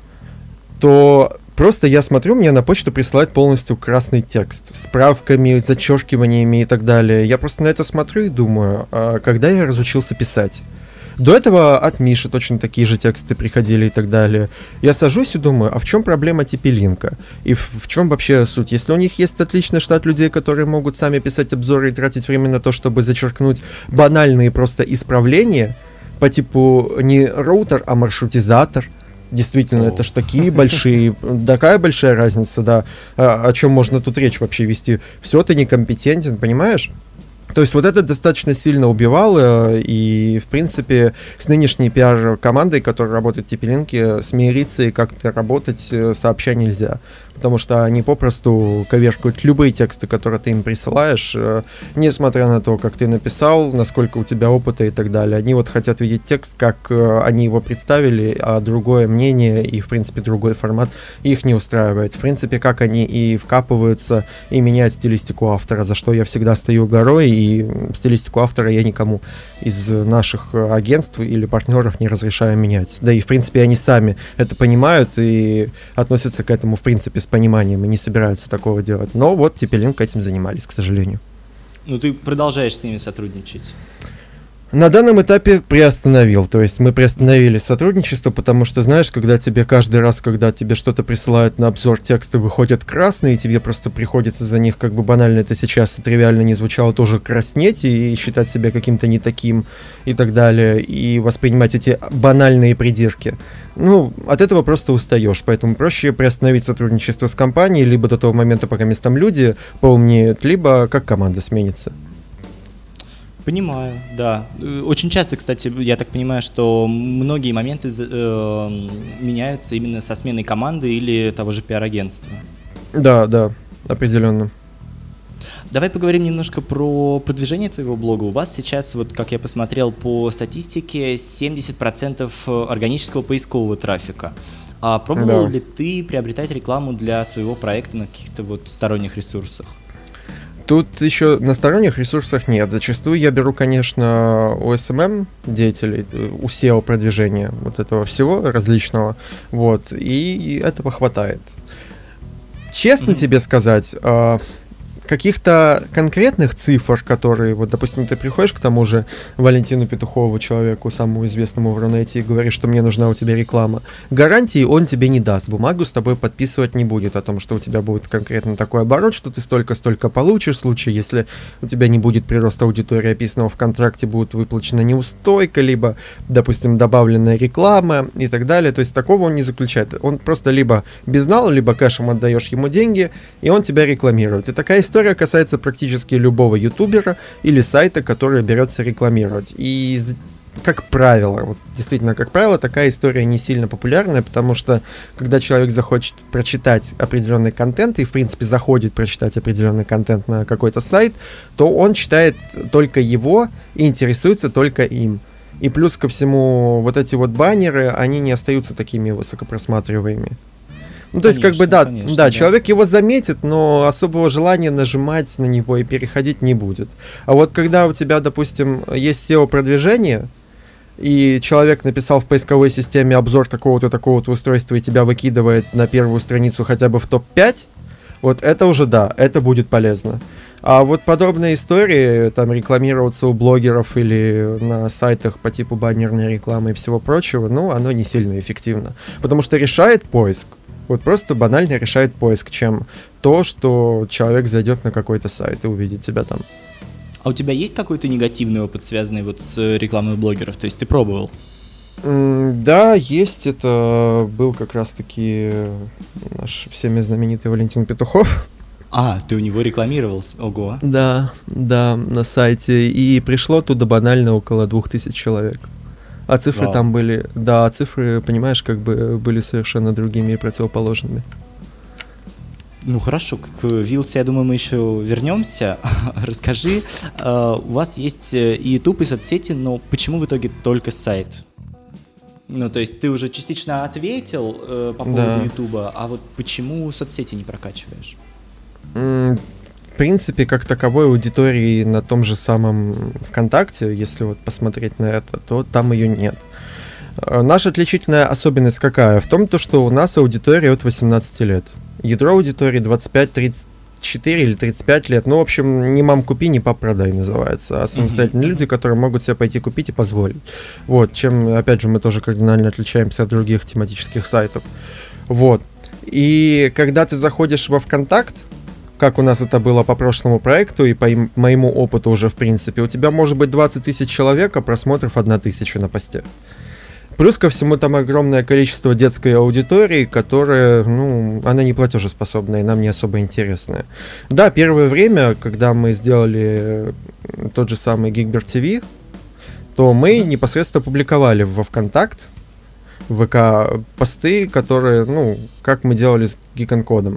То просто я смотрю, мне на почту присылают полностью красный текст с правками, зачеркиваниями и так далее. Я просто на это смотрю и думаю, когда я разучился писать? До этого от Миши точно такие же тексты приходили и так далее. Я сажусь и думаю, а в чем проблема TP-Link? И в чем вообще суть? Если у них есть отличный штат людей, которые могут сами писать обзоры и тратить время на то, чтобы зачеркнуть банальные просто исправления, по типу не роутер, а маршрутизатор. Действительно, это ж такие большие, такая большая разница, да. О чем можно тут речь вообще вести? Все, ты некомпетентен, понимаешь? То есть вот это достаточно сильно убивало, и, в принципе, с нынешней пиар-командой, которая работает в TP-Link, смириться и как-то работать сообща нельзя. Потому что они попросту коверкают любые тексты, которые ты им присылаешь, несмотря на то, как ты написал, насколько у тебя опыта и так далее. Они вот хотят видеть текст, как они его представили, а другое мнение и, в принципе, другой формат их не устраивает. В принципе, как они и вкапываются, и меняют стилистику автора, за что я всегда стою горой, и стилистику автора я никому из наших агентств или партнеров не разрешаю менять. Да и, в принципе, они сами это понимают и относятся к этому, в принципе, с пониманием и не собираются такого делать. Но вот TP-Link этим занимались, к сожалению. Ну, ты продолжаешь с ними сотрудничать? На данном этапе приостановил, то есть мы приостановили сотрудничество, потому что, знаешь, когда тебе каждый раз, когда тебе что-то присылают на обзор, тексты выходят красные, и тебе просто приходится за них, как бы банально это сейчас и тривиально не звучало, тоже краснеть и считать себя каким-то не таким и так далее, и воспринимать эти банальные придирки. Ну, от этого просто устаешь, поэтому проще приостановить сотрудничество с компанией, либо до того момента, пока там люди поумнеют, либо как команда сменится. Понимаю, да. Очень часто, кстати, я так понимаю, что многие моменты меняются именно со сменой команды или того же пиар-агентства. Да, да, определенно. Давай поговорим немножко про продвижение твоего блога. У вас сейчас, вот как я посмотрел по статистике, 70% органического поискового трафика. А пробовал ли ты приобретать рекламу для своего проекта на каких-то вот сторонних ресурсах? Тут еще на сторонних ресурсах нет. Зачастую я беру, конечно, у SMM деятелей, у SEO продвижения вот этого всего различного, вот, и этого хватает. Честно тебе сказать, каких-то конкретных цифр, которые, вот, допустим, ты приходишь к тому же Валентину Петухову, человеку, самому известному в Рунете, и говоришь, что мне нужна у тебя реклама, гарантии он тебе не даст, бумагу с тобой подписывать не будет о том, что у тебя будет конкретно такой оборот, что ты столько-столько получишь, в случае, если у тебя не будет прироста аудитории, описанного в контракте, будет выплачена неустойка, либо, допустим, добавленная реклама и так далее, то есть такого он не заключает, он просто либо безнал, либо кэшем отдаешь ему деньги, и он тебя рекламирует, и такая история касается практически любого ютубера или сайта, который берется рекламировать. И как правило, вот действительно, как правило, такая история не сильно популярная, потому что когда человек захочет прочитать определенный контент и, в принципе, заходит прочитать определенный контент на какой-то сайт, то он читает только его и интересуется только им. И плюс ко всему, вот эти вот баннеры, они не остаются такими высокопросматриваемыми. Ну, то есть, как бы, да, конечно, да, человек его заметит, но особого желания нажимать на него и переходить не будет. А вот когда у тебя, допустим, есть SEO-продвижение, и человек написал в поисковой системе обзор такого-то устройства и тебя выкидывает на первую страницу хотя бы в топ-5, вот это уже да, это будет полезно. А вот подобные истории, там, рекламироваться у блогеров или на сайтах по типу баннерной рекламы и всего прочего, ну, оно не сильно эффективно. Потому что решает поиск. Вот просто банально решает поиск, чем то, что человек зайдет на какой-то сайт и увидит тебя там. А у тебя есть какой-то негативный опыт, связанный вот с рекламой блогеров? То есть ты пробовал? Да, есть. Это был как раз-таки наш всеми знаменитый Валентин Петухов. А, ты у него рекламировался? Ого. Да, на сайте. И пришло туда банально около 2000 человек. А цифры Вау. там были... Да, цифры, понимаешь, как бы были совершенно другими и противоположными. Ну хорошо, к Вилсе, я думаю, мы еще вернемся. Расскажи, у вас есть и YouTube, и соцсети, но почему в итоге только сайт? Ну, то есть ты уже частично ответил по поводу YouTube, а вот почему соцсети не прокачиваешь? В принципе, как таковой аудитории на том же самом ВКонтакте, если вот посмотреть на это, то там ее нет. Наша отличительная особенность какая? В том, что у нас аудитория от 18 лет. Ядро аудитории 25-34 или 35 лет. Ну, в общем, не мам купи, не пап продай называется. А самостоятельные люди, которые могут себе пойти купить и позволить. Вот, чем, опять же, мы тоже кардинально отличаемся от других тематических сайтов. Вот. И когда ты заходишь во ВКонтакт, как у нас это было по прошлому проекту и по моему опыту уже, в принципе, у тебя может быть 20 тысяч человек, а просмотров 1000 на посте. Плюс ко всему там огромное количество детской аудитории, которая, ну, она не платежеспособная и нам не особо интересная. Да, первое время, когда мы сделали тот же самый Geekbird TV, то мы непосредственно публиковали во ВКонтакт, в ВК посты, которые, ну, как мы делали с Geek&Code.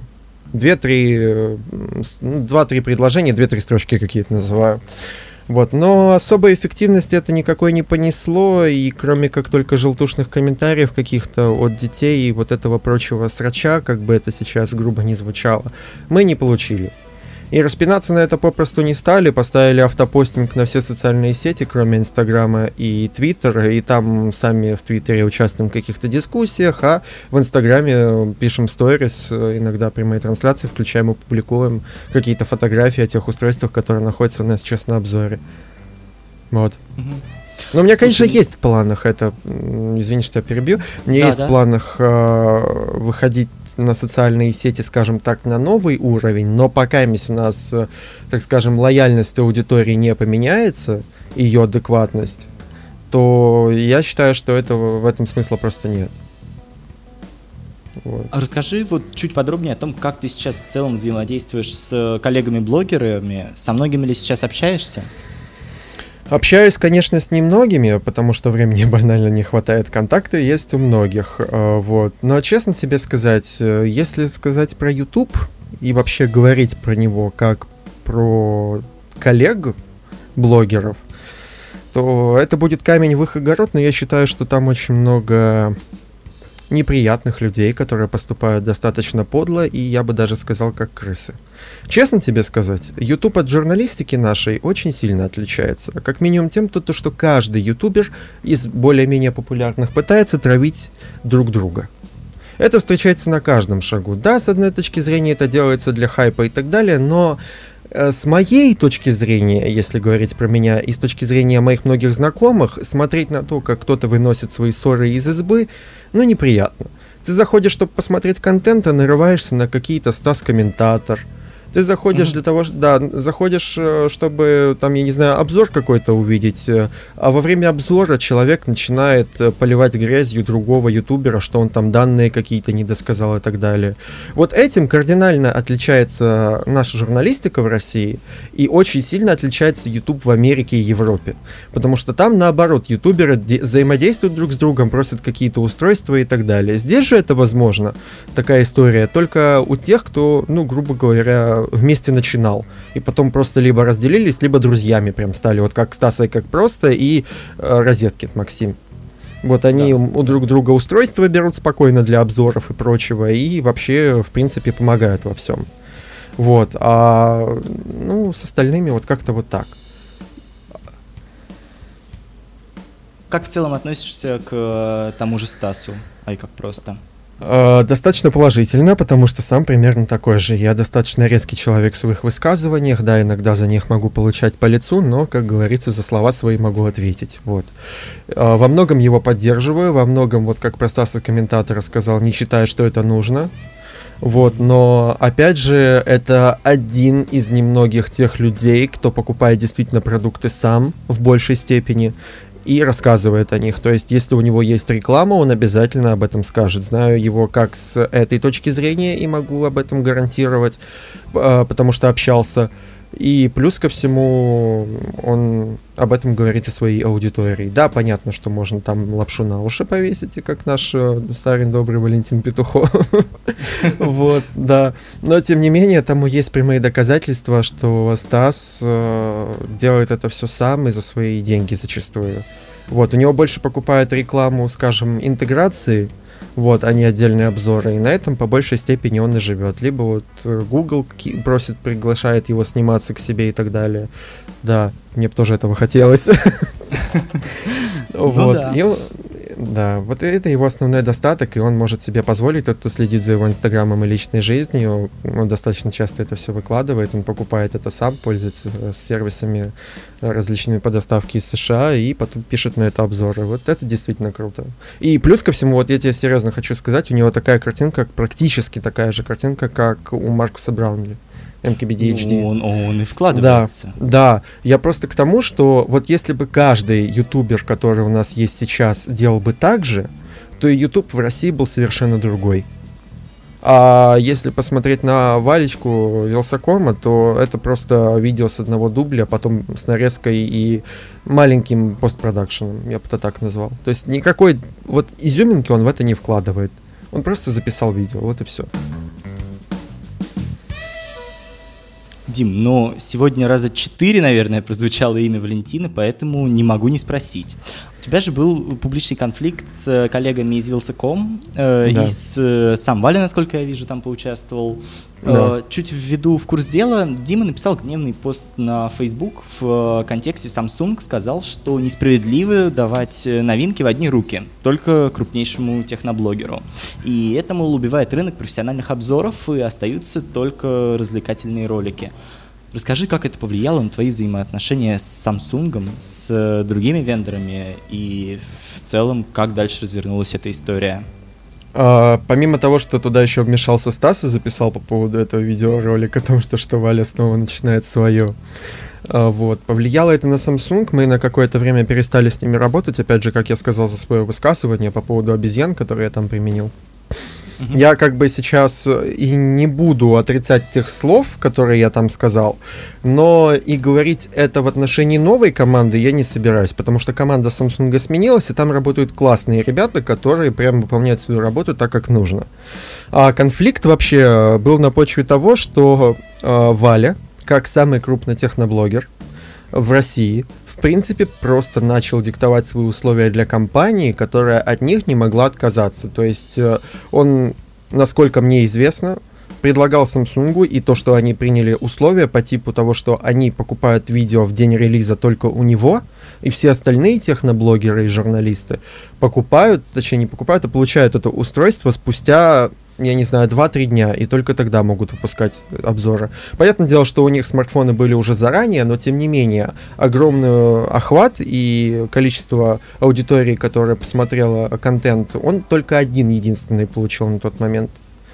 2-3 предложения, 2-3 строчки какие-то называю. Вот, но особой эффективности это никакой не понесло, и кроме как только желтушных комментариев каких-то от детей и вот этого прочего срача, как бы это сейчас грубо не звучало, мы не получили. И распинаться на это попросту не стали, поставили автопостинг на все социальные сети, кроме Инстаграма и Твиттера, и там сами в Твиттере участвуем в каких-то дискуссиях, а в Инстаграме пишем сторис, иногда прямые трансляции включаем и публикуем какие-то фотографии о тех устройствах, которые находятся у нас сейчас на обзоре. Вот. Но у меня, конечно, есть в планах это, извини, что я перебью, у меня есть в планах выходить на социальные сети, скажем так, на новый уровень, но пока у нас, так скажем, лояльность аудитории не поменяется, ее адекватность, то я считаю, что этого, в этом смысла просто нет. Вот. Расскажи вот чуть подробнее о том, как ты сейчас в целом взаимодействуешь с коллегами-блогерами, со многими ли сейчас общаешься? Общаюсь, конечно, с немногими, потому что времени банально не хватает. Контакты есть у многих, вот. Но честно тебе сказать, если сказать про YouTube и вообще говорить про него как про коллег блогеров, то это будет камень в их огород, но я считаю, что там очень много неприятных людей, которые поступают достаточно подло, и я бы даже сказал, как крысы. Честно тебе сказать, YouTube от журналистики нашей очень сильно отличается. Как минимум тем, что каждый ютубер из более-менее популярных пытается травить друг друга. Это встречается на каждом шагу. Да, с одной точки зрения это делается для хайпа и так далее, но с моей точки зрения, если говорить про меня, и с точки зрения моих многих знакомых, смотреть на то, как кто-то выносит свои ссоры из избы, ну, неприятно. Ты заходишь, чтобы посмотреть контент, а нарываешься на какие-то Стас-комментатор, Ты заходишь для того, заходишь, чтобы, там, я не знаю, обзор какой-то увидеть, а во время обзора человек начинает поливать грязью другого ютубера, что он там данные какие-то не досказал и так далее. Вот этим кардинально отличается наша журналистика в России, и очень сильно отличается YouTube в Америке и Европе. Потому что там, наоборот, ютуберы взаимодействуют друг с другом, просят какие-то устройства и так далее. Здесь же это возможно, такая история, только у тех, кто, ну, грубо говоря, вместе начинал. И потом просто либо разделились, либо друзьями прям стали. Вот как Стаса и как просто, и Розеткин Максим. Вот они у друг друга устройства берут спокойно для обзоров и прочего, и вообще, в принципе, помогают во всем. Вот. А, ну, с остальными вот как-то вот так. Как в целом относишься к тому же Стасу, ай как просто? Достаточно положительно, потому что сам примерно такой же. Я достаточно резкий человек в своих высказываниях, да, иногда за них могу получать по лицу, но, как говорится, за слова свои могу ответить. Вот. Во многом его поддерживаю, во многом, вот как про Стаса комментатора сказал, не считаю, что это нужно. Вот, но, опять же, это один из немногих тех людей, кто покупает действительно продукты сам в большей степени и рассказывает о них. То есть, если у него есть реклама, он обязательно об этом скажет. Знаю его как с этой точки зрения и могу об этом гарантировать, потому что общался. И плюс ко всему, он об этом говорит и своей аудитории. Да, понятно, что можно там лапшу на уши повесить, и как наш старый добрый Валентин Петухов. Вот, да. Но, тем не менее, тому есть прямые доказательства, что Стас делает это все сам и за свои деньги зачастую. Вот, у него больше покупают рекламу, скажем, интеграции, вот, а не отдельные обзоры. И на этом по большей степени он и живет. Либо вот Google приглашает его сниматься к себе и так далее. Да, мне бы тоже этого хотелось. Вот. Да, вот это его основной достаток, и он может себе позволить, тот, кто следит за его инстаграмом и личной жизнью, он достаточно часто это все выкладывает, он покупает это сам, пользуется сервисами различными по доставке из США и потом пишет на это обзоры. Вот это действительно круто. И плюс ко всему, вот я тебе серьезно хочу сказать, у него такая картинка, практически такая же картинка, как у Маркуса Браунли. MKBHD. Ну, он и вкладывается. Да, я просто к тому, что вот если бы каждый ютубер, который у нас есть сейчас, делал бы так же, то и YouTube в России был совершенно другой. А если посмотреть на Валечку Вилсакома, то это просто видео с одного дубля, потом с нарезкой и маленьким постпродакшеном, я бы это так назвал. То есть никакой вот изюминки он в это не вкладывает. Он просто записал видео, вот и все. Дим, но сегодня раза 4, наверное, прозвучало имя Валентина, поэтому не могу не спросить. У тебя же был публичный конфликт с коллегами из Вилсаком, и сам Валя, насколько я вижу, там поучаствовал. Да. Чуть введу в курс дела, Дима написал гневный пост на Facebook в контексте Samsung, сказал, что несправедливо давать новинки в одни руки, только крупнейшему техноблогеру. И это, мол, убивает рынок профессиональных обзоров, и остаются только развлекательные ролики. Расскажи, как это повлияло на твои взаимоотношения с Samsung, с другими вендорами, и в целом, как дальше развернулась эта история? Помимо того, что туда еще вмешался Стас и записал по поводу этого видеоролика о том, что Валя снова начинает свое. Вот. Повлияло это на Samsung, мы на какое-то время перестали с ними работать, опять же, как я сказал за свое высказывание по поводу обезьян, которые я там применил. Я как бы сейчас и не буду отрицать тех слов, которые я там сказал, но и говорить это в отношении новой команды я не собираюсь, потому что команда Samsung сменилась, и там работают классные ребята, которые прям выполняют свою работу так, как нужно. А конфликт вообще был на почве того, что Валя, как самый крупный техноблогер в России, в принципе, просто начал диктовать свои условия для компании, которая от них не могла отказаться. То есть он, насколько мне известно, предлагал Samsung, и то, что они приняли условия по типу того, что они покупают видео в день релиза только у него, и все остальные техноблогеры и журналисты покупают, точнее не покупают, а получают это устройство спустя, я не знаю, 2-3 дня, и только тогда могут выпускать обзоры. Понятное дело, что у них смартфоны были уже заранее, но тем не менее, огромный охват и количество аудитории, которая посмотрела контент, он только единственный получил на тот момент.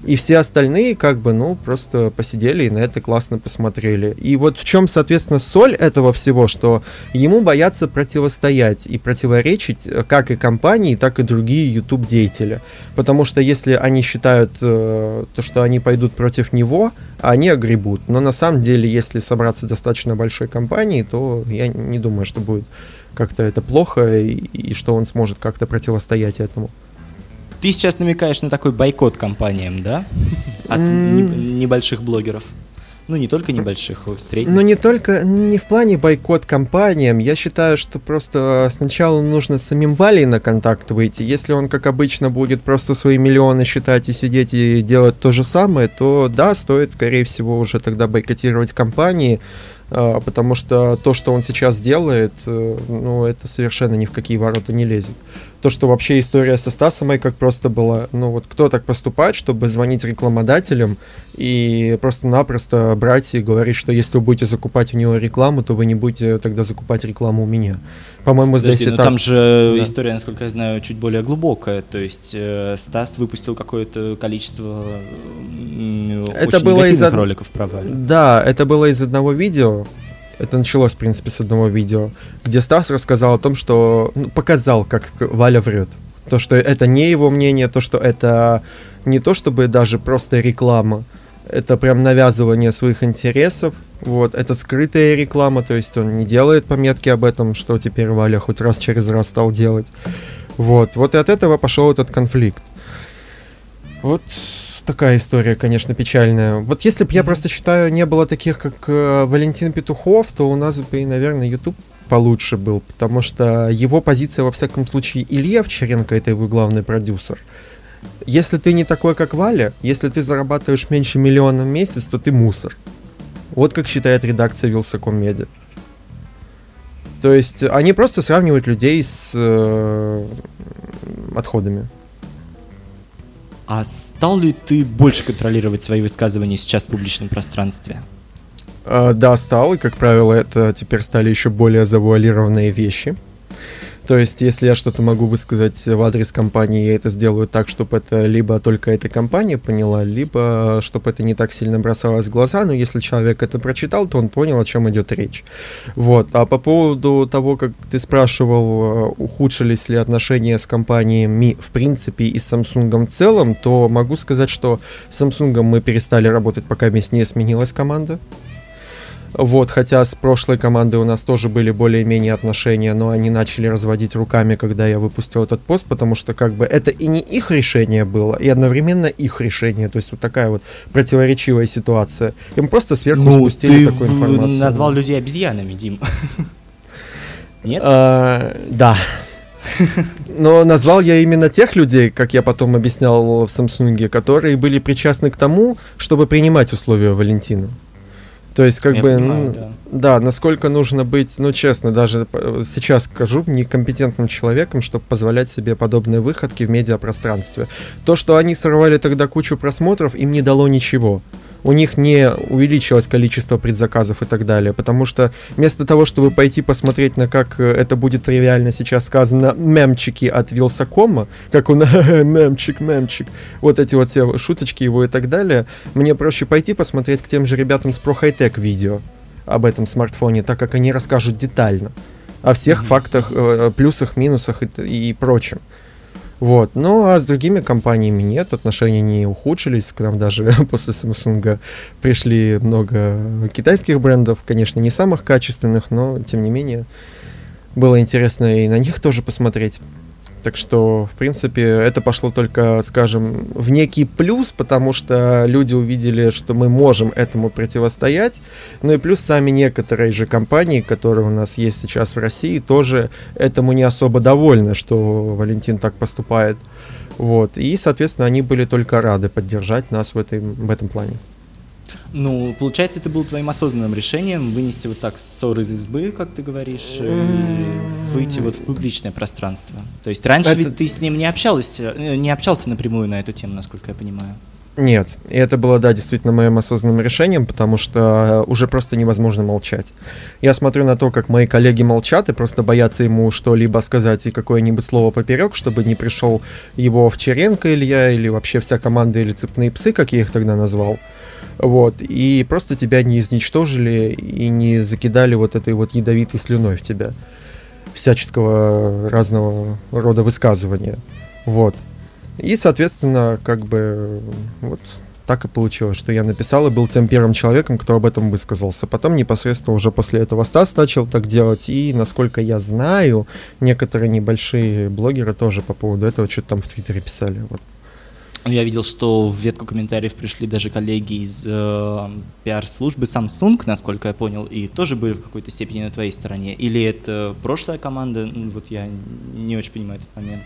И все остальные, как бы, ну, просто посидели и на это классно посмотрели. И вот в чем, соответственно, соль этого всего, что ему боятся противостоять и противоречить как и компании, так и другие YouTube-деятели. Потому что если они считают, то, что они пойдут против него, они огребут. Но на самом деле, если собраться достаточно большой компанией, то я не думаю, что будет как-то это плохо и что он сможет как-то противостоять этому. Ты сейчас намекаешь на такой бойкот компаниям, да? От небольших блогеров. Ну, не только небольших, а средних. Ну, не в плане бойкот компаниям. Я считаю, что просто сначала нужно самим Валей на контакт выйти. Если он, как обычно, будет просто свои миллионы считать и сидеть и делать то же самое, то да, стоит, скорее всего, уже тогда бойкотировать компании, потому что то, что он сейчас делает, ну, это совершенно ни в какие ворота не лезет. То, что вообще история со Стасом, как просто была, ну, вот кто так поступает, чтобы звонить рекламодателям и просто-напросто брать и говорить, что если вы будете закупать у него рекламу, то вы не будете тогда закупать рекламу у меня. По-моему, здесь и так. Там же история, насколько я знаю, чуть более глубокая. То есть Стас выпустил какое-то количество это очень было негативных роликов про Валю. Да, это было из одного видео. Это началось, в принципе, с одного видео, где Стас рассказал о том, что показал, как Валя врет. То, что это не его мнение, то, что это не то, чтобы даже просто реклама, это прям навязывание своих интересов. Вот, это скрытая реклама, то есть он не делает пометки об этом, что теперь Валя хоть раз через раз стал делать. Вот и от этого пошел этот конфликт. Вот такая история, конечно, печальная. Вот если бы, я просто считаю, не было таких, как Валентин Петухов, то у нас бы, наверное, YouTube получше был, потому что его позиция, во всяком случае, Илья Овчаренко, это его главный продюсер. Если ты не такой, как Валя, если ты зарабатываешь меньше миллиона в месяц, то ты мусор. Вот как считает редакция Вилсаком Медиа. То есть они просто сравнивают людей с отходами. А стал ли ты больше контролировать свои высказывания сейчас в публичном пространстве? Да, стал, и, как правило, это теперь стали еще более завуалированные вещи. То есть, если я что-то могу высказать в адрес компании, я это сделаю так, чтобы это либо только эта компания поняла, либо чтобы это не так сильно бросалось в глаза, но если человек это прочитал, то он понял, о чем идет речь. Вот. А по поводу того, как ты спрашивал, ухудшились ли отношения с компаниями в принципе и с Samsung в целом, то могу сказать, что с Samsung мы перестали работать, пока не сменилась команда. Вот, хотя с прошлой командой у нас тоже были более-менее отношения, но они начали разводить руками, когда я выпустил этот пост, потому что как бы это и не их решение было, и одновременно их решение. То есть вот такая вот противоречивая ситуация. Им просто сверху спустили такую информацию. Ты назвал людей обезьянами, Дим. Нет? Да. Но назвал я именно тех людей, как я потом объяснял в Samsung, которые были причастны к тому, чтобы принимать условия Валентина. То есть, как бы, понимаю, да, насколько нужно быть, ну, честно, даже сейчас скажу, некомпетентным человеком, чтобы позволять себе подобные выходки в медиапространстве. То, что они сорвали тогда кучу просмотров, им не дало ничего. У них не увеличилось количество предзаказов и так далее, потому что вместо того, чтобы пойти посмотреть на, как это будет тривиально сейчас сказано, мемчики от Вилсакома, как он, мемчик, вот эти вот все шуточки его и так далее, мне проще пойти посмотреть к тем же ребятам с Pro High-Tech видео об этом смартфоне, так как они расскажут детально о всех фактах, плюсах, минусах и прочем. Вот. Ну, а с другими компаниями нет, отношения не ухудшились. К нам даже после Samsung пришли много китайских брендов, конечно, не самых качественных, но, тем не менее, было интересно и на них тоже посмотреть. Так что, в принципе, это пошло только, скажем, в некий плюс, потому что люди увидели, что мы можем этому противостоять. Ну и плюс сами некоторые же компании, которые у нас есть сейчас в России, тоже этому не особо довольны, что Валентин так поступает. Вот. И, соответственно, они были только рады поддержать нас в этом плане. Ну, получается, это было твоим осознанным решением вынести вот так ссор из избы, как ты говоришь, и выйти вот в публичное пространство. То есть раньше ведь ты с ним не общался напрямую на эту тему, насколько я понимаю. Нет, и это было, да, действительно моим осознанным решением, потому что уже просто невозможно молчать. Я смотрю на то, как мои коллеги молчат и просто боятся ему что-либо сказать и какое-нибудь слово поперек, чтобы не пришел его Овчаренко Илья или вообще вся команда или цепные псы, как я их тогда назвал. Вот, и просто тебя не изничтожили и не закидали вот этой вот ядовитой слюной в тебя. Всяческого разного рода высказывания. Вот. И, соответственно, как бы вот так и получилось, что я написал и был тем первым человеком, кто об этом высказался. Потом непосредственно уже после этого Стас начал так делать, и, насколько я знаю, некоторые небольшие блогеры тоже по поводу этого что-то там в Твиттере писали. Вот. Я видел, что в ветку комментариев пришли даже коллеги из пиар-службы Samsung, насколько я понял, и тоже были в какой-то степени на твоей стороне. Или это прошлая команда? Вот я не очень понимаю этот момент.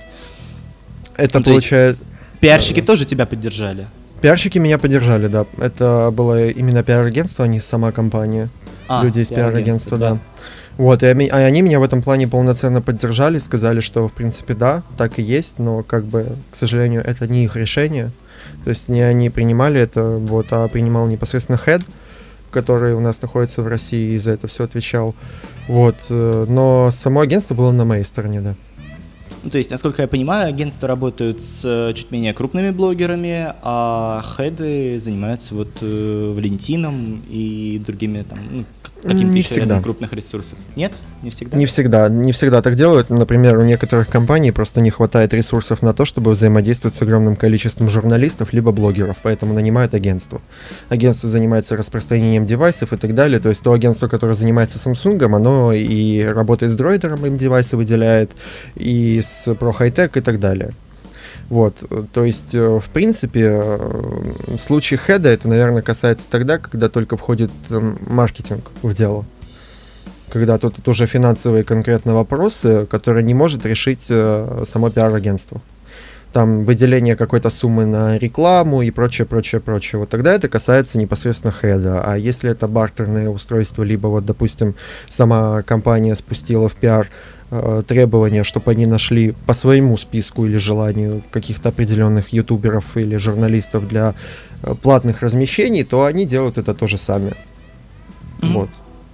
Это получается... Пиарщики тоже тебя поддержали? Пиарщики меня поддержали, да. Это было именно пиар-агентство, а не сама компания. Люди из пиар-агентства, да. Вот, и они меня в этом плане полноценно поддержали, сказали, что, в принципе, да, так и есть, но, как бы, к сожалению, это не их решение. То есть не они принимали это, вот, а принимал непосредственно Head, который у нас находится в России и за это все отвечал. Вот, но само агентство было на моей стороне, да. Ну, то есть, насколько я понимаю, агентства работают с чуть менее крупными блогерами, а хеды занимаются вот Валентином и другими там, каким-то еще рядом крупных ресурсов. Нет? Не всегда? Не всегда так делают. Например, у некоторых компаний просто не хватает ресурсов на то, чтобы взаимодействовать с огромным количеством журналистов либо блогеров, поэтому нанимают агентство. Агентство занимается распространением девайсов и так далее. То есть то агентство, которое занимается Samsung, оно и работает с дроидером, им девайсы выделяет, и с Pro High Tech и так далее. Вот, то есть, в принципе, случай хеда это, наверное, касается тогда, когда только входит маркетинг в дело. Когда тут уже финансовые конкретно вопросы, которые не может решить само пиар-агентство. Там выделение какой-то суммы на рекламу и прочее. Вот тогда это касается непосредственно хеда. А если это бартерное устройство, либо вот, допустим, сама компания спустила в пиар требования, чтобы они нашли по своему списку или желанию каких-то определенных ютуберов или журналистов для платных размещений, то они делают это тоже сами. Вот.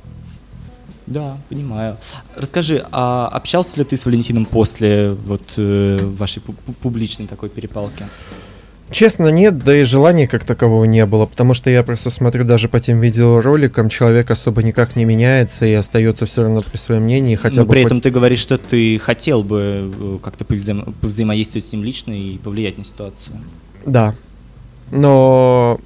Да, понимаю. Расскажи, а общался ли ты с Валентином после вот вашей публичной такой перепалки? Честно, нет, да и желания как такового не было, потому что я просто смотрю даже по тем видеороликам, человек особо никак не меняется и остается все равно при своем мнении, хотя бы... Но при этом ты говоришь, что ты хотел бы как-то повзаимодействовать с ним лично и повлиять на ситуацию. Да, но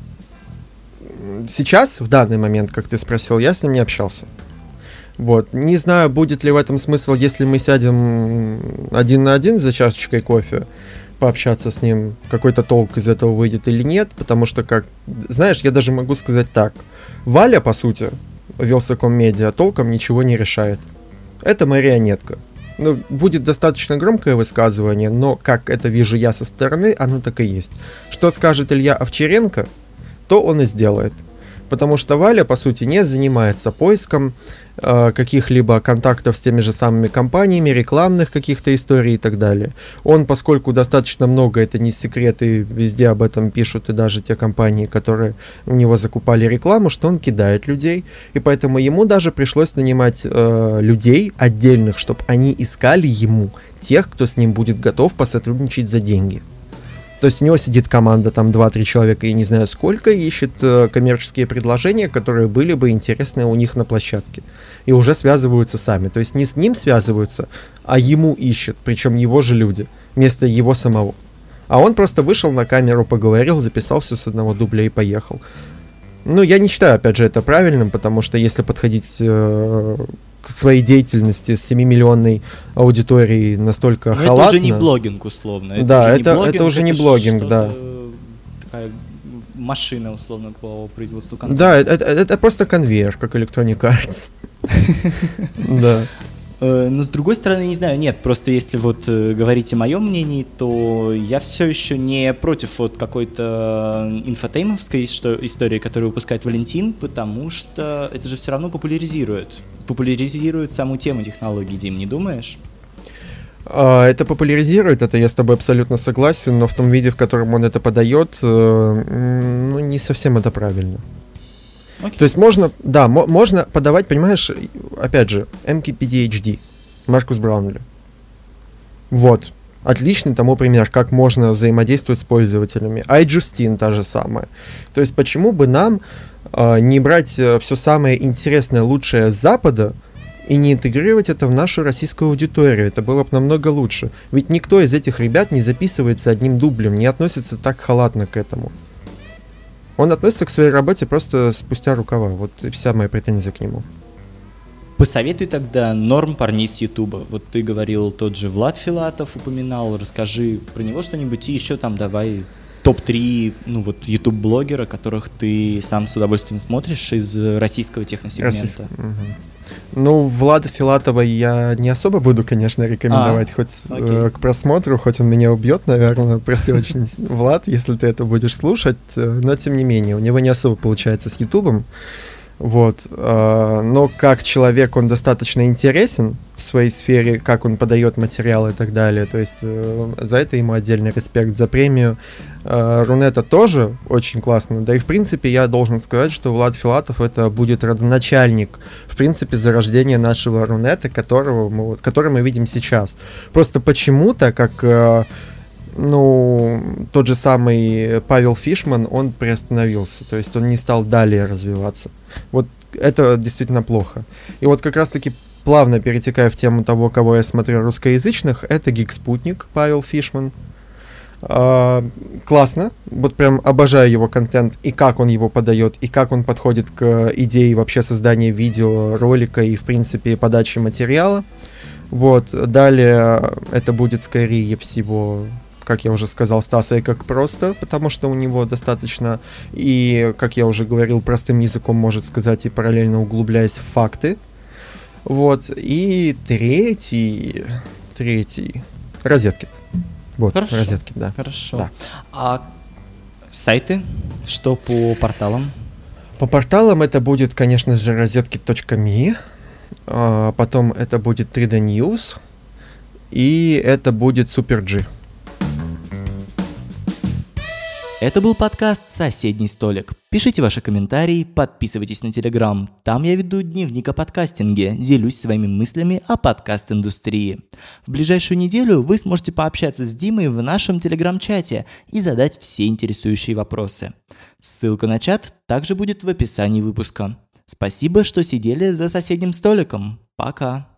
сейчас, в данный момент, как ты спросил, я с ним не общался. Вот. Не знаю, будет ли в этом смысл, если мы сядем один на один за чашечкой кофе, пообщаться с ним, какой-то толк из этого выйдет или нет, потому что, как, знаешь, я даже могу сказать так. Валя, по сути, Wylsacom Media, толком ничего не решает. Это марионетка. Ну, будет достаточно громкое высказывание, но, как это вижу я со стороны, оно так и есть. Что скажет Илья Овчаренко, то он и сделает. Потому что Валя, по сути, не занимается поиском каких-либо контактов с теми же самыми компаниями, рекламных каких-то историй и так далее. Он, поскольку достаточно много, это не секрет, и везде об этом пишут, и даже те компании, которые у него закупали рекламу, что он кидает людей, и поэтому ему даже пришлось нанимать людей отдельных, чтобы они искали ему тех, кто с ним будет готов посотрудничать за деньги. То есть у него сидит команда, там 2-3 человека, я не знаю сколько, ищет коммерческие предложения, которые были бы интересны у них на площадке. И уже связываются сами. То есть не с ним связываются, а ему ищут, причем его же люди, вместо его самого. А он просто вышел на камеру, поговорил, записал все с одного дубля и поехал. Ну, я не считаю, опять же, это правильным, потому что если подходить к своей деятельности с 7-миллионной аудиторией настолько халатно... Это уже не блогинг, условно. Это уже не блогинг, да. Такая машина, условно, по производству контента. Да, это просто конвейер, как Electronic Arts. Да. Но с другой стороны, не знаю, нет, просто если вот говорить о моем мнении, то я все еще не против вот какой-то инфотеймовской истории, которую выпускает Валентин, потому что это же все равно популяризирует саму тему технологий, Дим, не думаешь? Это популяризирует, это я с тобой абсолютно согласен, но в том виде, в котором он это подает, ну, не совсем это правильно. Okay. То есть можно подавать, понимаешь, опять же, MKPD-HD, Маркус Браунли. Вот. Отличный тому пример, как можно взаимодействовать с пользователями. iJustine та же самая. То есть почему бы нам не брать все самое интересное, лучшее с Запада и не интегрировать это в нашу российскую аудиторию? Это было бы намного лучше. Ведь никто из этих ребят не записывается одним дублем, не относится так халатно к этому. Он относится к своей работе просто спустя рукава. Вот и вся моя претензия к нему. Посоветуй тогда норм парней с Ютуба. Вот ты говорил, тот же Влад Филатов упоминал, расскажи про него что-нибудь и еще там давай топ-3, ну вот, ютуб-блогера, которых ты сам с удовольствием смотришь из российского техносегмента. Ну, Влада Филатова я не особо буду, конечно, рекомендовать к просмотру, хоть он меня убьет, наверное. Прости очень, Влад, если ты это будешь слушать, но тем не менее, у него не особо получается с Ютубом. Вот. Но как человек он достаточно интересен в своей сфере, как он подает материалы и так далее. То есть за это ему отдельный респект, за премию. Рунета тоже очень классно. Да и в принципе я должен сказать, что Влад Филатов это будет родоначальник в принципе зарождения нашего Рунета, который мы видим сейчас. Просто почему-то, как тот же самый Павел Фишман, он приостановился. То есть он не стал далее развиваться. Вот это действительно плохо. И вот как раз-таки плавно перетекая в тему того, кого я смотрю русскоязычных, это Гик-спутник Павел Фишман. Классно. Вот прям обожаю его контент и как он его подает, и как он подходит к идее вообще создания видео, ролика и, в принципе, подачи материала. Вот. Далее это будет скорее всего, как я уже сказал, Стаса и как просто, потому что у него достаточно, и, как я уже говорил, простым языком может сказать и параллельно углубляясь в факты. Вот. И третий Розеткид. Вот, хорошо. Розеткид, да. Хорошо. Да. А сайты? Что по порталам? По порталам это будет, конечно же, rozеtkid.me, потом это будет 3D News, и это будет Super-G. Это был подкаст «Соседний столик». Пишите ваши комментарии, подписывайтесь на Телеграм. Там я веду дневник о подкастинге, делюсь своими мыслями о подкаст-индустрии. В ближайшую неделю вы сможете пообщаться с Димой в нашем Телеграм-чате и задать все интересующие вопросы. Ссылка на чат также будет в описании выпуска. Спасибо, что сидели за соседним столиком. Пока!